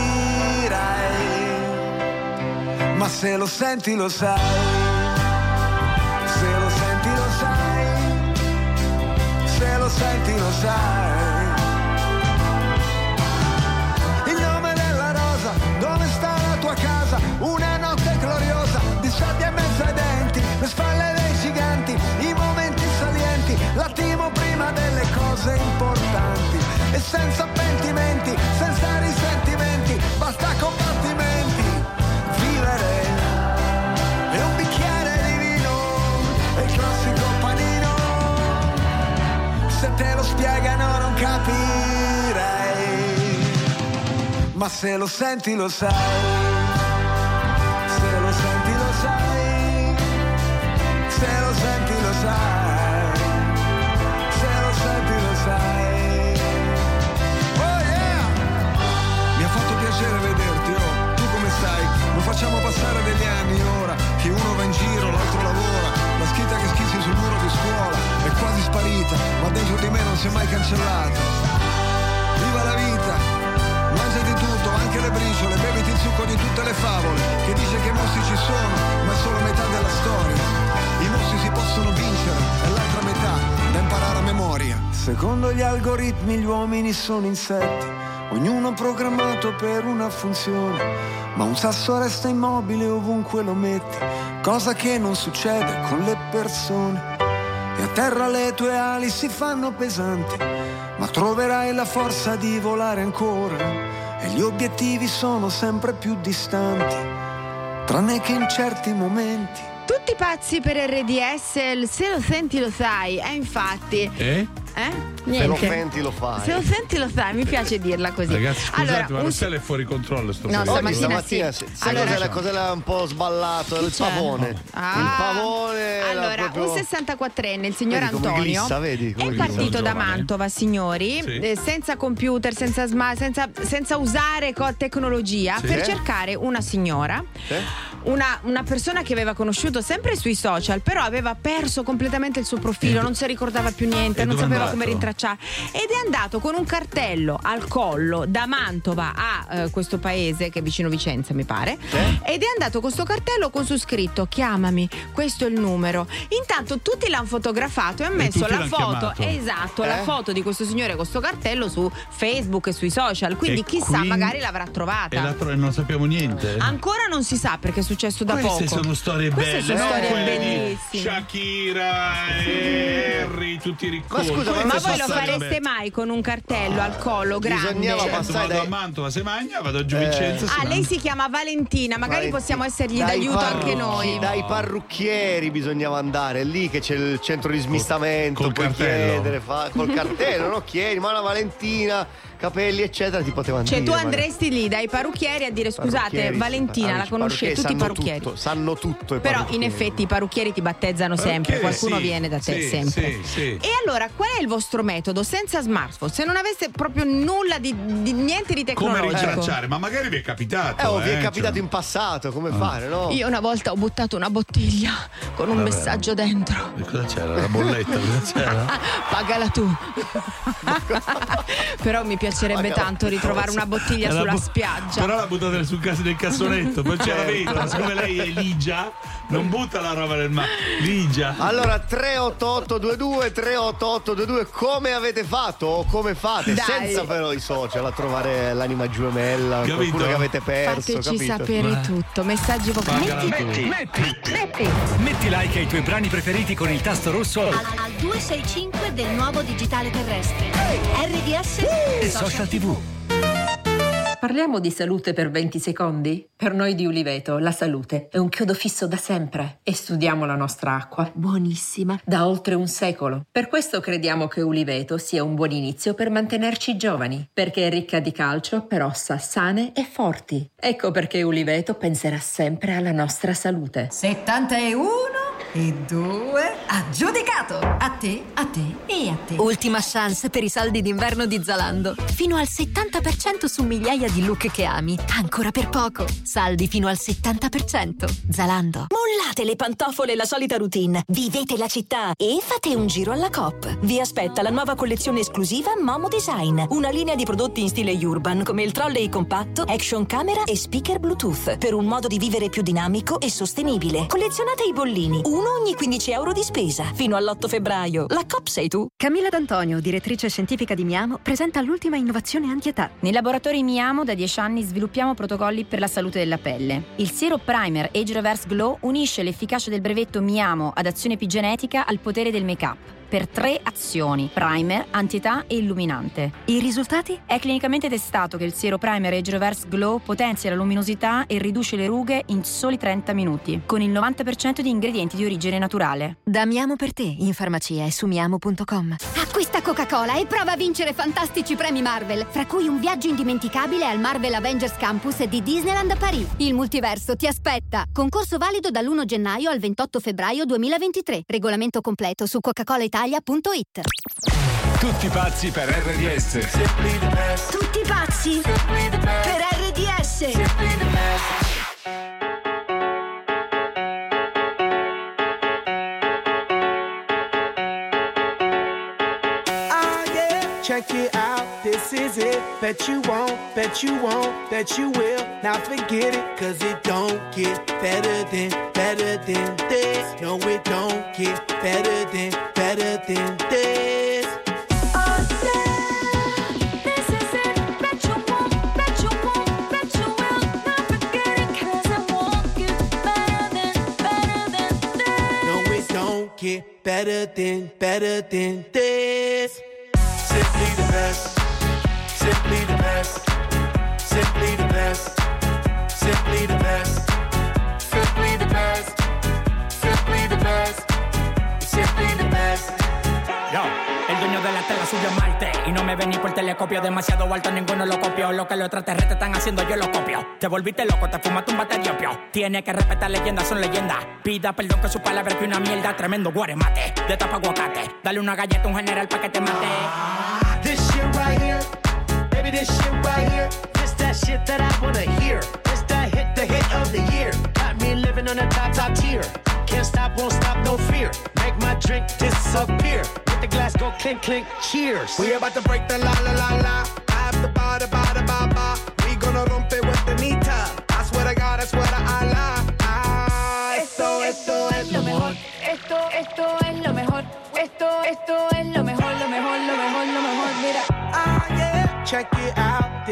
S3: capirai, ma se lo senti lo sai, se lo senti lo sai, se lo senti lo sai. Il nome della rosa, dove sta la tua casa? Una notte gloriosa, di sabbia in mezzo ai denti, le spalle dei giganti, i momenti salienti, l'attimo prima delle cose importanti. E senza pentimenti, senza risentimenti, basta combattimenti, vivere. E un bicchiere di vino è il classico panino, se te lo spiegano non capirai, ma se lo senti lo sai, se lo senti lo sai, se lo senti lo sai, se lo senti lo sai. Piacere vederti, oh, tu come stai? Lo facciamo passare degli anni ora, che uno va in giro, l'altro lavora, la scritta che schizzi sul muro di scuola è quasi sparita, ma dentro di me non si è mai cancellata. Viva la vita, mangiati tutto, anche le briciole, beviti il succo di tutte le favole, che dice che i mostri ci sono, ma è solo metà della storia. I mostri si possono vincere, è l'altra metà da imparare a memoria. Secondo gli algoritmi gli uomini sono insetti, ognuno programmato per una funzione, ma un sasso resta immobile ovunque lo metti, cosa che non succede con le persone. E a terra le tue ali si fanno pesanti, ma troverai la forza di volare ancora. E gli obiettivi sono sempre più distanti, tranne che in certi momenti.
S7: Tutti pazzi per R D S, se lo senti lo sai, e infatti...
S6: Eh?
S7: Eh?
S4: Se lo senti lo fai.
S7: Se lo senti lo sai, mi piace dirla così.
S6: Ragazzi, scusate,
S7: allora,
S6: ma
S7: un...
S6: Rossella è fuori controllo sto
S7: No,
S6: periodo.
S7: stamattina sì.
S4: Sai
S7: allora,
S4: cos'è, cos'è la, un po' sballato? Il
S7: c'è?
S4: pavone.
S7: Ah.
S4: Il pavone.
S7: Allora,
S4: proprio...
S7: un sessantaquattrenne, il signor
S4: vedi come
S7: Antonio,
S4: glissa, vedi come
S7: è
S4: glissa.
S7: partito da Mantova, signori,
S6: Sì.
S7: eh, senza computer, senza smart, senza, senza usare co- tecnologia,
S4: Sì.
S7: per cercare una signora.
S4: Sì.
S7: Una, una persona che aveva conosciuto sempre sui social, però aveva perso completamente il suo profilo,
S6: E
S7: non si ricordava più niente,
S6: e
S7: non
S6: dove è
S7: sapeva
S6: andato?
S7: come rintracciare. Ed è andato con un cartello al collo da Mantova a eh, questo paese che è vicino Vicenza, mi pare. Ed è andato con questo cartello con su scritto: chiamami, questo è il numero. Intanto tutti l'hanno fotografato e hanno
S6: E
S7: messo
S6: tutti
S7: la
S6: l'hanno
S7: foto,
S6: chiamato.
S7: esatto,
S4: Eh?
S7: la foto di questo signore con questo cartello su Facebook e sui social. Quindi
S6: E
S7: chissà,
S6: quindi-
S7: magari l'avrà trovata.
S6: E la tro- non sappiamo niente.
S7: Ancora non si sa perché è successo da
S6: Queste
S7: poco.
S6: sono storie
S7: Queste
S6: belle,
S7: sono
S6: no?
S7: storie
S6: Quelle di
S7: bellissime.
S6: Shakira e Harry, tutti riccolti.
S4: Ma scusa,
S7: Ma
S4: Queste
S7: voi
S4: sono
S7: lo
S4: storie
S7: fareste
S4: belle.
S7: mai con un cartello al collo grande?
S4: bisognava
S6: Certo,
S4: passare
S6: vado
S4: dai-
S6: a Mantova, se magna, vado a Giovincenza. se
S7: Ah,
S6: magna.
S7: lei si chiama Valentina, magari
S4: Valentina.
S7: possiamo essergli
S4: Dai
S7: d'aiuto
S4: parrucchi-
S7: anche noi.
S4: Dai parrucchieri bisognava andare, è lì che c'è il centro di smistamento,
S6: col
S4: puoi
S6: cartello.
S4: chiedere, fa- col cartello, no? Chiedi, ma la Valentina, capelli eccetera, ti potevano
S7: Cioè
S4: dire.
S7: tu
S4: ma-
S7: andresti lì dai parrucchieri a dire scusate
S4: Parrucchieri,
S7: Valentina, la
S4: amici,
S7: conoscete, tutti i
S4: sanno
S7: parrucchieri.
S4: tutto, sanno tutto i
S7: Però in
S4: parrucchieri.
S7: effetti i parrucchieri ti battezzano sempre,
S6: Parrucchieri,
S7: qualcuno
S6: sì,
S7: viene da te
S6: sì,
S7: sempre.
S6: sì, sì.
S7: E allora qual è il vostro metodo senza smartphone? Se non aveste proprio nulla di, di niente di
S6: Come
S7: tecnologico.
S6: rintracciare? Ma magari vi è capitato.
S4: Eh, oh, vi è
S6: eh,
S4: capitato
S6: cioè.
S4: in passato, come
S6: Ah.
S4: fare, no?
S7: Io una volta ho buttato una bottiglia con un
S6: Vabbè.
S7: messaggio dentro.
S6: E cosa c'era? La bolletta? Cosa c'era?
S7: Pagala tu. Però mi piacerebbe
S6: Pagala.
S7: tanto ritrovare una bottiglia
S6: La
S7: sulla
S6: bu-
S7: spiaggia.
S6: Però la buttate sul cas- nel cassonetto, poi c'è la
S4: Certo.
S6: vetro. Siccome lei è Ligia, non butta la roba nel mare. Ligia.
S4: Allora tre otto otto due due tre otto otto due due, come avete fatto o come fate?
S7: Dai.
S4: Senza però i social, a trovare l'anima gemella,
S6: Capito?
S4: qualcuno che avete perso,
S7: Fateci
S4: capito?
S7: sapere tutto. Messaggi vocali.
S6: Pagala tu.
S11: Metti, metti, metti like ai tuoi brani preferiti con il tasto rosso
S1: Al, al duecentosessantacinque del nuovo digitale terrestre. R D S
S11: e Social tivù.
S8: Parliamo di salute per venti secondi? Per noi di Uliveto la salute è un chiodo fisso da sempre e studiamo la nostra acqua, buonissima, da oltre un secolo. Per questo crediamo che Uliveto sia un buon inizio per mantenerci giovani, perché è ricca di calcio per ossa sane e forti. Ecco perché Uliveto penserà sempre alla nostra salute.
S10: settantuno e due, aggiudicato! A te, a te e a te.
S20: Ultima chance per i saldi d'inverno di Zalando. Fino al settanta per cento su migliaia di look che ami. Ancora per poco. Saldi fino al settanta per cento. Zalando.
S15: Mollate le pantofole e la solita routine. Vivete la città e fate un giro alla Coop. Vi aspetta la nuova collezione esclusiva Momo Design. Una linea di prodotti in stile urban come il trolley compatto, action camera e speaker Bluetooth per un modo di vivere più dinamico e sostenibile. Collezionate i bollini. Uno ogni quindici euro di spesa. Fino all'otto febbraio. La Coop sei tu.
S20: Camilla D'Antonio, direttrice scientifica di Miamo, presenta l'ultima innovazione anti-età.
S24: Nei laboratori Miamo da dieci anni sviluppiamo protocolli per la salute della pelle. Il Zero Primer Age Reverse Glow unisce l'efficacia del brevetto Miamo ad azione epigenetica al potere del make-up. Per tre azioni: primer, antietà e illuminante.
S20: I risultati?
S24: È clinicamente testato che il Zero Primer Age Reverse Glow potenzia la luminosità e riduce le rughe in soli trenta minuti, con il novanta per cento di ingredienti di origine naturale.
S20: Da Miamo per te, in farmacia e su miamo punto com.
S25: Acquista Coca-Cola e prova a vincere fantastici premi Marvel, fra cui un viaggio indimenticabile al Marvel Avengers Campus di Disneyland a Paris. Il multiverso ti aspetta. Concorso valido dall'primo gennaio al ventotto febbraio duemilaventitré. Regolamento completo su coca-cola italia punto it.
S11: Tutti pazzi per R D S.
S1: Tutti pazzi per R D S.
S26: Ah yeah, check it out, this is it. Bet you won't, bet you won't, bet you will. Now forget it, cause it don't get better than, better than this. No, it don't get better than, better than this.
S1: Oh yeah, this is it. Bet you won't, bet you won't, bet you will. Now forget it, cause it won't get better than, better than this.
S26: No, it don't get better than, better than this. Simply the best, simply the best, simply the best, simply the best, simply the best, simply the best, simply the best.
S27: Yo, el dueño de la tela subió a Marte y no me ven ni por telescopio, demasiado alto, ninguno lo copió. Lo que los extraterrestres están haciendo yo lo copio. Te volviste loco, te fumaste un bate de opio. Tiene que respetar leyendas, son leyendas. Pida perdón que su palabra que una mierda. Tremendo guaremate, de tapa aguacate. Dale una galleta a un general pa' que te mate.
S26: This shit right here, baby, this shit right here. This that shit that I wanna hear. This that hit, the hit of the year. Got me living on a top, top tier. Can't stop, won't stop, no fear. Make my drink disappear. Let the glass go clink, clink, cheers. We about to break the la la la la. I have the ba da ba da ba ba. We gonna rompe with the nita. I swear to God, I swear to Allah. Ah, esto, esto es lo mejor.
S7: Esto, esto es lo mejor. Esto, esto es lo mejor, lo mejor, lo mejor, lo mejor. Mira.
S26: Ah yeah, check it out.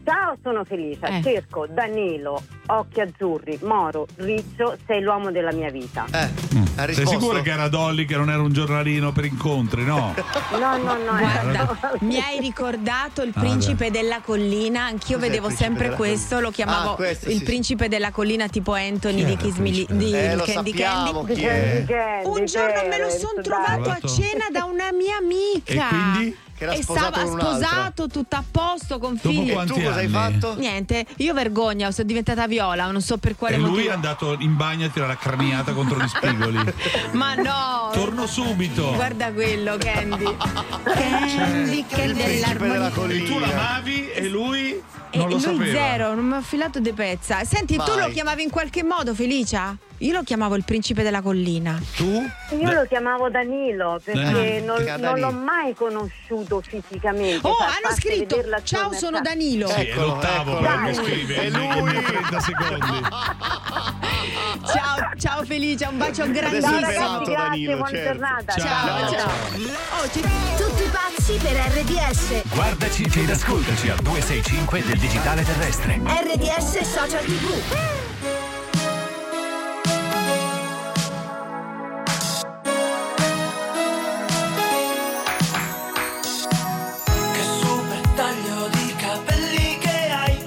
S17: Ciao, sono Felicia,
S7: Eh.
S17: cerco Danilo, occhi azzurri, Moro, Riccio, sei l'uomo della mia vita.
S4: Eh, ha
S6: Sei
S4: risposto?
S6: sicura che era Dolly, che non era un giornalino per incontri, no?
S17: No, no, no.
S7: Guarda, mi hai ricordato il principe della collina, anch'io
S4: Cos'è il
S7: vedevo
S4: principe
S7: sempre
S4: della
S7: questo,
S4: collina?
S7: lo chiamavo
S4: Ah, questo,
S7: il
S4: sì,
S7: principe della collina tipo Anthony
S6: Chi
S7: di
S6: era
S7: Kiss
S6: il
S7: Me Li-
S6: principe?
S7: di
S4: Eh, lo
S7: Candy
S4: sappiamo
S7: Candy.
S4: chi è.
S17: Candy,
S7: Un giorno me lo
S17: Perez,
S7: sono
S17: dai.
S7: trovato a
S6: Trovato?
S7: cena da una mia amica.
S6: E quindi?
S4: Che era
S7: e
S4: sposato
S7: stava
S4: con un'altra.
S7: sposato, tutto a posto, con
S6: Dopo
S7: figli.
S4: E
S6: quanti
S4: tu cosa hai
S6: anni?
S4: fatto?
S7: Niente, io vergogna, sono diventata viola, non so per quale
S6: E lui
S7: motivo.
S6: è andato in bagno a tirare la craniata contro gli spigoli.
S7: Ma no!
S6: Torno subito.
S7: Guarda quello, Candy. Candy,
S4: Il
S7: Candy
S4: principe della
S7: dell'armonia.
S6: E tu
S4: collina.
S6: l'amavi e lui
S7: E
S6: non lo
S7: lui
S6: sapeva.
S7: zero, non mi ha filato de pezza. Senti, tu
S4: Vai.
S7: lo chiamavi in qualche modo, Felicia? Io lo chiamavo il principe della collina.
S6: Tu?
S17: Io lo chiamavo Danilo perché
S6: Eh.
S17: non,
S4: Chiama
S17: non l'ho
S4: Danilo.
S17: mai conosciuto fisicamente.
S7: Oh,
S17: Cioè, a
S7: hanno
S17: parte
S7: scritto:
S17: vederla sul
S7: ciao, sono
S17: mercato.
S7: Danilo.
S6: Sì, è
S4: Eccolo,
S6: l'ottavo
S4: eccolo.
S6: per lo
S17: Dai.
S6: scrive
S4: E
S6: in
S4: lui?
S6: in trenta secondi.
S7: Ciao, ciao Felicia, un bacio
S4: Adesso
S17: Ciao
S4: è
S7: grandissimo.
S17: ragazzi,
S4: pelato,
S17: grazie,
S4: Danilo,
S17: buona
S4: certo.
S17: giornata.
S6: Ciao.
S7: Ciao. Oh, c'è-
S5: Tutti pazzi per R D S.
S11: Guardaci ed ascoltaci al duecentosessantacinque del digitale terrestre.
S5: R D S Social T V.
S14: Che super taglio di capelli che hai.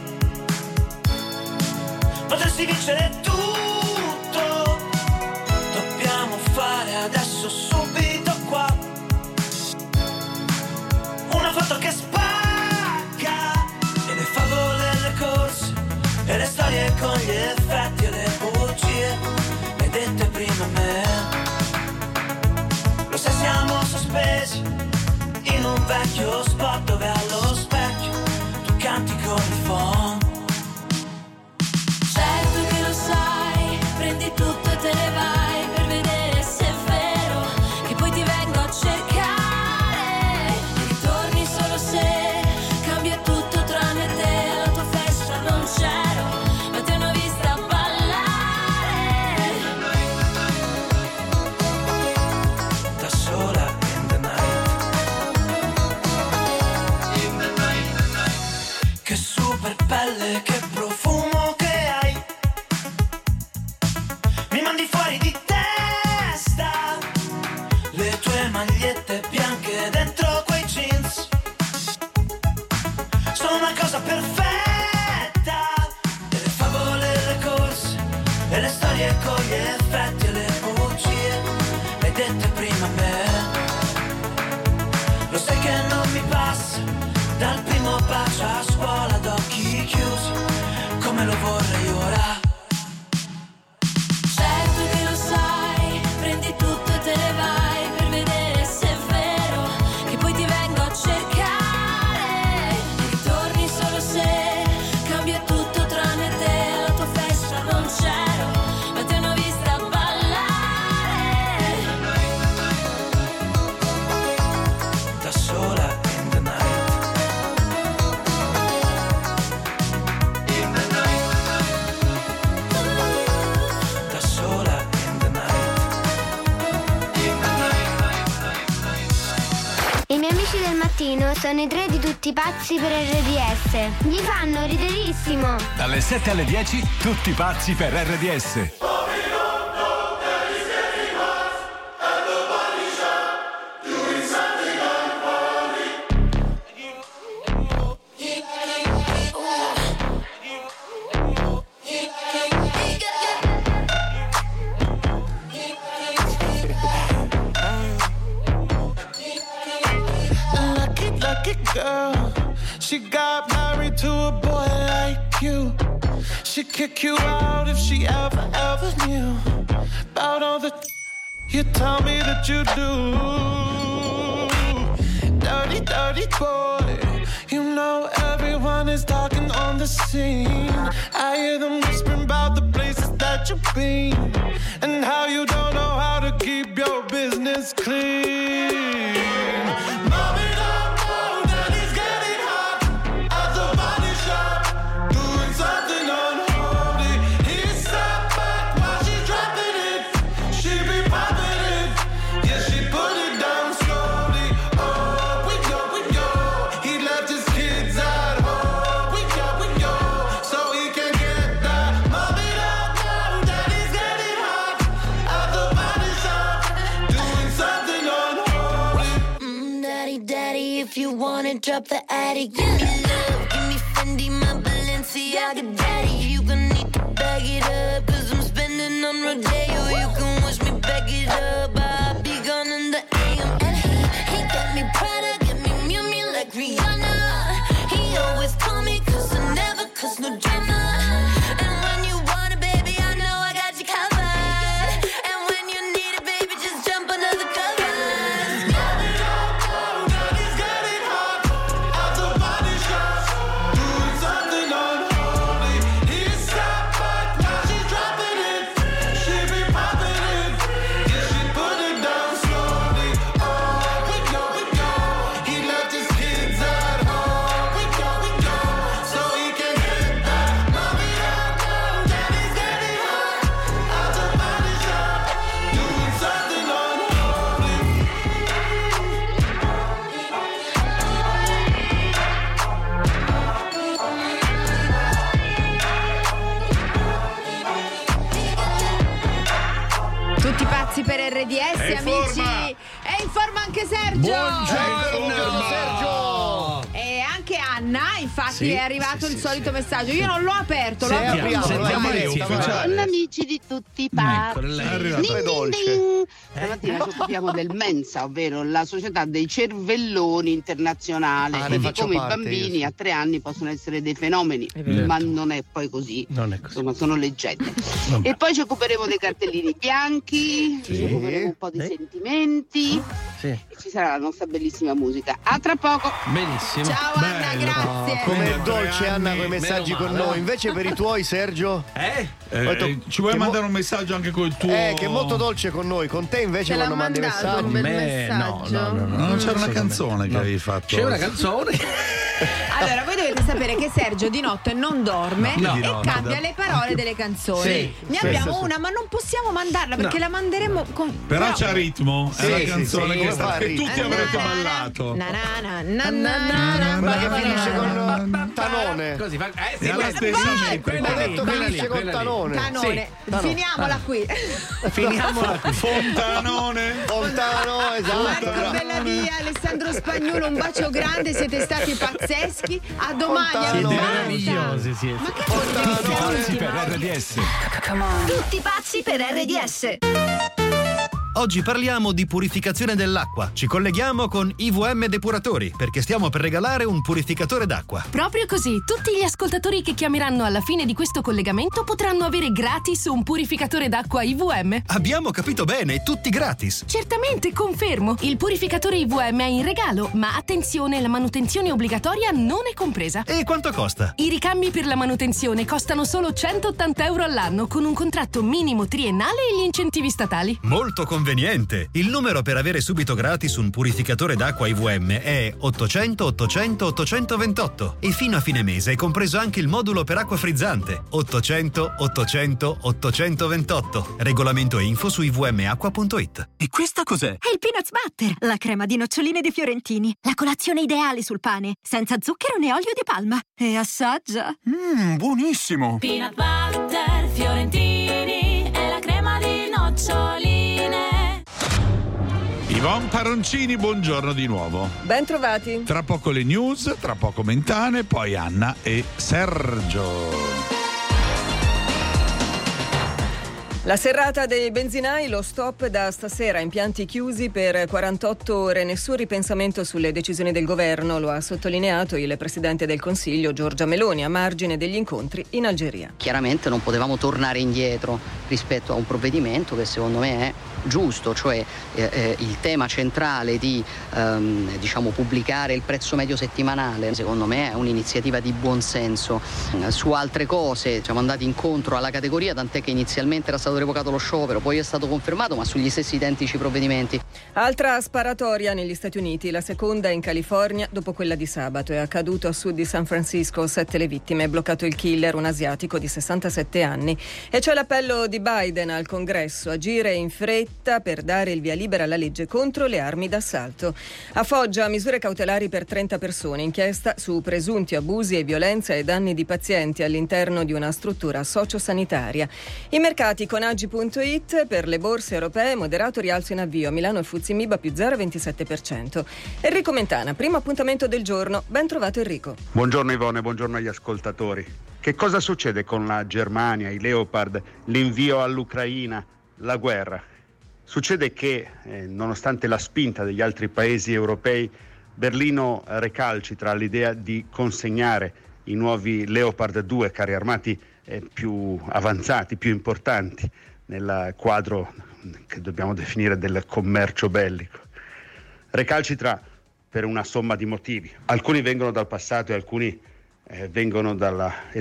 S14: Potresti vincere tutto. Dobbiamo fare adesso subito qua una foto che spacca. E le favole e le corse e le storie con gli effetti e le bugie. Le hai dette prima a me. Lo sai, siamo sospesi in un vecchio spot dove allo specchio tu canti con il phon.
S1: Certo che lo sai, prendi tutto e te ne vai per vedere se è vero che poi ti vengo a cercare. E ritorni solo se cambia tutto tranne te. Alla tua festa non c'ero, ma ti hanno vista ballare.
S14: Da sola in the night. Che super pelle, che profumo che hai. Mi mandi fuori di testa. Le tue magliette bianche dentro quei jeans sono una cosa perfetta. E le favole, le corse e le storie con gli effetti e le bugie. Le hai dette prima a me. Lo sai che non mi passa dal primo bacio a scuola ad occhi chiusi come lo vorrei ora.
S1: Certo che lo sai, prendi tutto e te ne vai per vedere se è vero che poi ti vengo a cercare. E ritorni solo se cambia tutto tranne te. Alla tua festa non c'ero, ma ti hanno vista ballare.
S14: Da sola in the night. Da sola in the night.
S13: I miei amici del mattino sono i tre di tutti pazzi per R D S. Gli fanno riderissimo.
S11: Dalle sette alle dieci, tutti pazzi per R D S.
S14: Lucky, lucky girl. She got married to a boy like you. She'd kick you out if she ever, ever knew about all the you tell me that you do. Dirty, dirty boy. You know everyone is talking on the scene. I hear them whispering about the places that you've been and how you don't know how to keep your business clean. Mommy don't know that he's getting hot at the body shop, doing something unholy. He sat back while she's dropping it. She be popping it, yeah, she put it down slowly. Oh, we go, we go. He left his kids at home. We go,
S1: wanna drop the attic. Give me love, give me Fendi, my Balenciaga daddy. You gon' need to bag it up, cause I'm spending on Rodeo. You can watch me back it up, I'll be gone in the A M. And he, he got me Prada, got me Miu Miu like Rihanna. He always call me cause I never cause no drama. And when you want it, baby, I know I got you covered. And when you need it, baby, just jump under the covers.
S7: Tutti pazzi per R D S,
S6: È in
S7: amici.
S6: forma.
S7: È in forma anche Sergio.
S6: Buongiorno,
S7: Sergio. E anche Anna, infatti
S6: Sì,
S7: è arrivato
S6: sì,
S7: il
S6: sì,
S7: solito
S6: sì.
S7: messaggio. Io non l'ho aperto, l'ho
S4: Sì,
S7: aperto.
S4: apriamo,
S6: Sentiamo
S4: vai,
S6: lei,
S4: vai,
S6: ufficiale.
S9: Buongiorno amici di tutti i
S6: Ecco,
S9: pazzi.
S6: lei è
S4: arrivato.
S9: Ding,
S4: È dolce.
S9: ding, ding. Stamattina ci occupiamo del Mensa, ovvero la società dei cervelloni internazionale,
S4: Ah, ne
S9: e di
S4: faccio
S9: come
S4: parte
S9: i bambini
S4: io,
S9: a tre anni possono essere dei fenomeni, ma non è poi così.
S12: Non è così.
S9: Insomma, sono leggende. E poi ci occuperemo dei cartellini bianchi,
S4: Sì.
S9: ci occuperemo un po' di
S12: Sì.
S9: sentimenti
S12: Sì.
S9: e ci sarà la nostra bellissima musica. A tra poco.
S12: Benissimo.
S7: Ciao Anna,
S6: Bello.
S7: grazie.
S4: Come è
S6: Tre
S4: dolce
S6: anni,
S4: Anna con i messaggi
S12: meno
S4: con
S12: male.
S4: noi. Invece per i tuoi, Sergio?
S12: Eh?
S6: Eh,
S4: Ho detto,
S6: ci vuoi
S4: che
S6: mandare
S4: mo-
S6: un messaggio anche col tuo?
S4: Eh, che è molto dolce con noi. Con te invece
S7: Ce l'ha
S4: quando mandi
S7: mandato
S4: messaggi.
S7: un bel
S12: Me- no,
S7: messaggio.
S12: no, no, no.
S6: No, non c'era una
S12: Secondo
S6: canzone
S12: me.
S6: che
S12: No.
S6: avevi fatto.
S12: C'è una canzone.
S7: Allora, voi dovete sapere che Sergio di notte non dorme
S6: No,
S7: e
S6: di notte.
S7: cambia le parole delle canzoni.
S12: Sì,
S7: ne
S4: sì,
S7: abbiamo
S4: sì, sì.
S7: una, ma non possiamo mandarla perché
S12: No.
S7: la manderemo con.
S6: Però c'ha ritmo,
S4: Sì,
S6: è una
S4: sì,
S6: canzone
S4: sì,
S6: che,
S4: come
S6: sta-
S4: fa
S6: che
S4: ritmo?
S6: tutti avrete ballato.
S7: Na na na na na na na
S4: Ma che
S7: na
S4: finisce
S7: na.
S4: con Tanone.
S12: Così fa. Eh sì,
S6: È alla
S12: quella-
S6: stessa
S12: quella
S6: mente.
S12: lì, quella
S4: Ho
S12: lì,
S4: detto
S12: quella
S4: finisce
S12: lì,
S4: con
S12: quella lì.
S4: Tanone.
S7: Tanone.
S4: Tanone.
S7: Finiamola qui.
S12: Finiamola qui.
S6: Fontanone.
S4: Fontano, esatto.
S7: Marco Bellavia, Alessandro Spagnolo, un bacio grande, siete stati pazzeschi. A domani,
S4: Fontano.
S7: alle
S12: Siete
S7: novanta.
S12: meravigliosi, siete.
S7: Ma che vuol dire che siamo
S11: Pazzi per
S7: ultimi?
S11: R D S.
S5: Tutti pazzi per R D S.
S18: Oggi parliamo di purificazione dell'acqua. Ci colleghiamo con I V M Depuratori perché stiamo per regalare un purificatore d'acqua.
S19: Proprio così, tutti gli ascoltatori che chiameranno alla fine di questo collegamento potranno avere gratis un purificatore d'acqua I V M.
S18: Abbiamo capito bene, tutti gratis.
S19: Certamente, confermo. Il purificatore I V M è in regalo, ma attenzione, la manutenzione obbligatoria non è compresa.
S18: E quanto costa?
S19: I ricambi per la manutenzione costano solo centottanta euro all'anno con un contratto minimo triennale e gli incentivi statali.
S18: Molto conveniente. Il numero per avere subito gratis un purificatore d'acqua I V M è ottocento ottocento ottocentoventotto e fino a fine mese è compreso anche il modulo per acqua frizzante ottocento ottocento ottocentoventotto. Regolamento e info su i v m acqua punto i t.
S20: E questa cos'è? È il Peanuts Butter, la crema di noccioline dei fiorentini. La colazione ideale sul pane, senza zucchero né olio di palma. E assaggia.
S11: Mmm, buonissimo.
S1: Peanut butter, fiorentini e la crema di noccioline.
S6: Ivon Paroncini, buongiorno di nuovo.
S21: Ben trovati.
S6: Tra poco le news, tra poco Mentane, poi Anna e Sergio.
S21: La serrata dei benzinai, lo stop da stasera, impianti chiusi per quarantotto ore, nessun ripensamento sulle decisioni del governo, lo ha sottolineato il presidente del Consiglio Giorgia Meloni a margine degli incontri in Algeria.
S22: Chiaramente non potevamo tornare indietro rispetto a un provvedimento che secondo me è giusto, cioè eh, eh, il tema centrale di ehm, diciamo pubblicare il prezzo medio settimanale, secondo me è un'iniziativa di buonsenso. Eh, su altre cose siamo andati incontro alla categoria, tant'è che inizialmente era stato revocato lo sciopero, poi è stato confermato, ma sugli stessi identici provvedimenti.
S21: Altra sparatoria negli Stati Uniti, la seconda in California dopo quella di sabato. È accaduto a sud di San Francisco, sette le vittime, è bloccato il killer, un asiatico di sessantasette anni. E c'è l'appello di Biden al Congresso, agire in fretta fretta per dare il via libera alla legge contro le armi d'assalto. A Foggia misure cautelari per trenta persone, inchiesta su presunti abusi e violenza e danni di pazienti all'interno di una struttura sociosanitaria. I mercati con Agi punto it, per le borse europee moderato rialzo in avvio, Milano e Fuzzi Miba più zero virgola ventisette per cento. Enrico Mentana, primo appuntamento del giorno, ben trovato Enrico.
S2: Buongiorno Ivone, buongiorno agli ascoltatori. Che cosa succede con la Germania, i Leopard, l'invio all'Ucraina, la guerra? Succede che, eh, nonostante la spinta degli altri paesi europei, Berlino recalcitra l'idea di consegnare i nuovi Leopard due, carri armati eh, più avanzati, più importanti nel quadro che dobbiamo definire del commercio bellico. Recalcitra per una somma di motivi. Alcuni vengono dal passato e alcuni eh, vengono dalla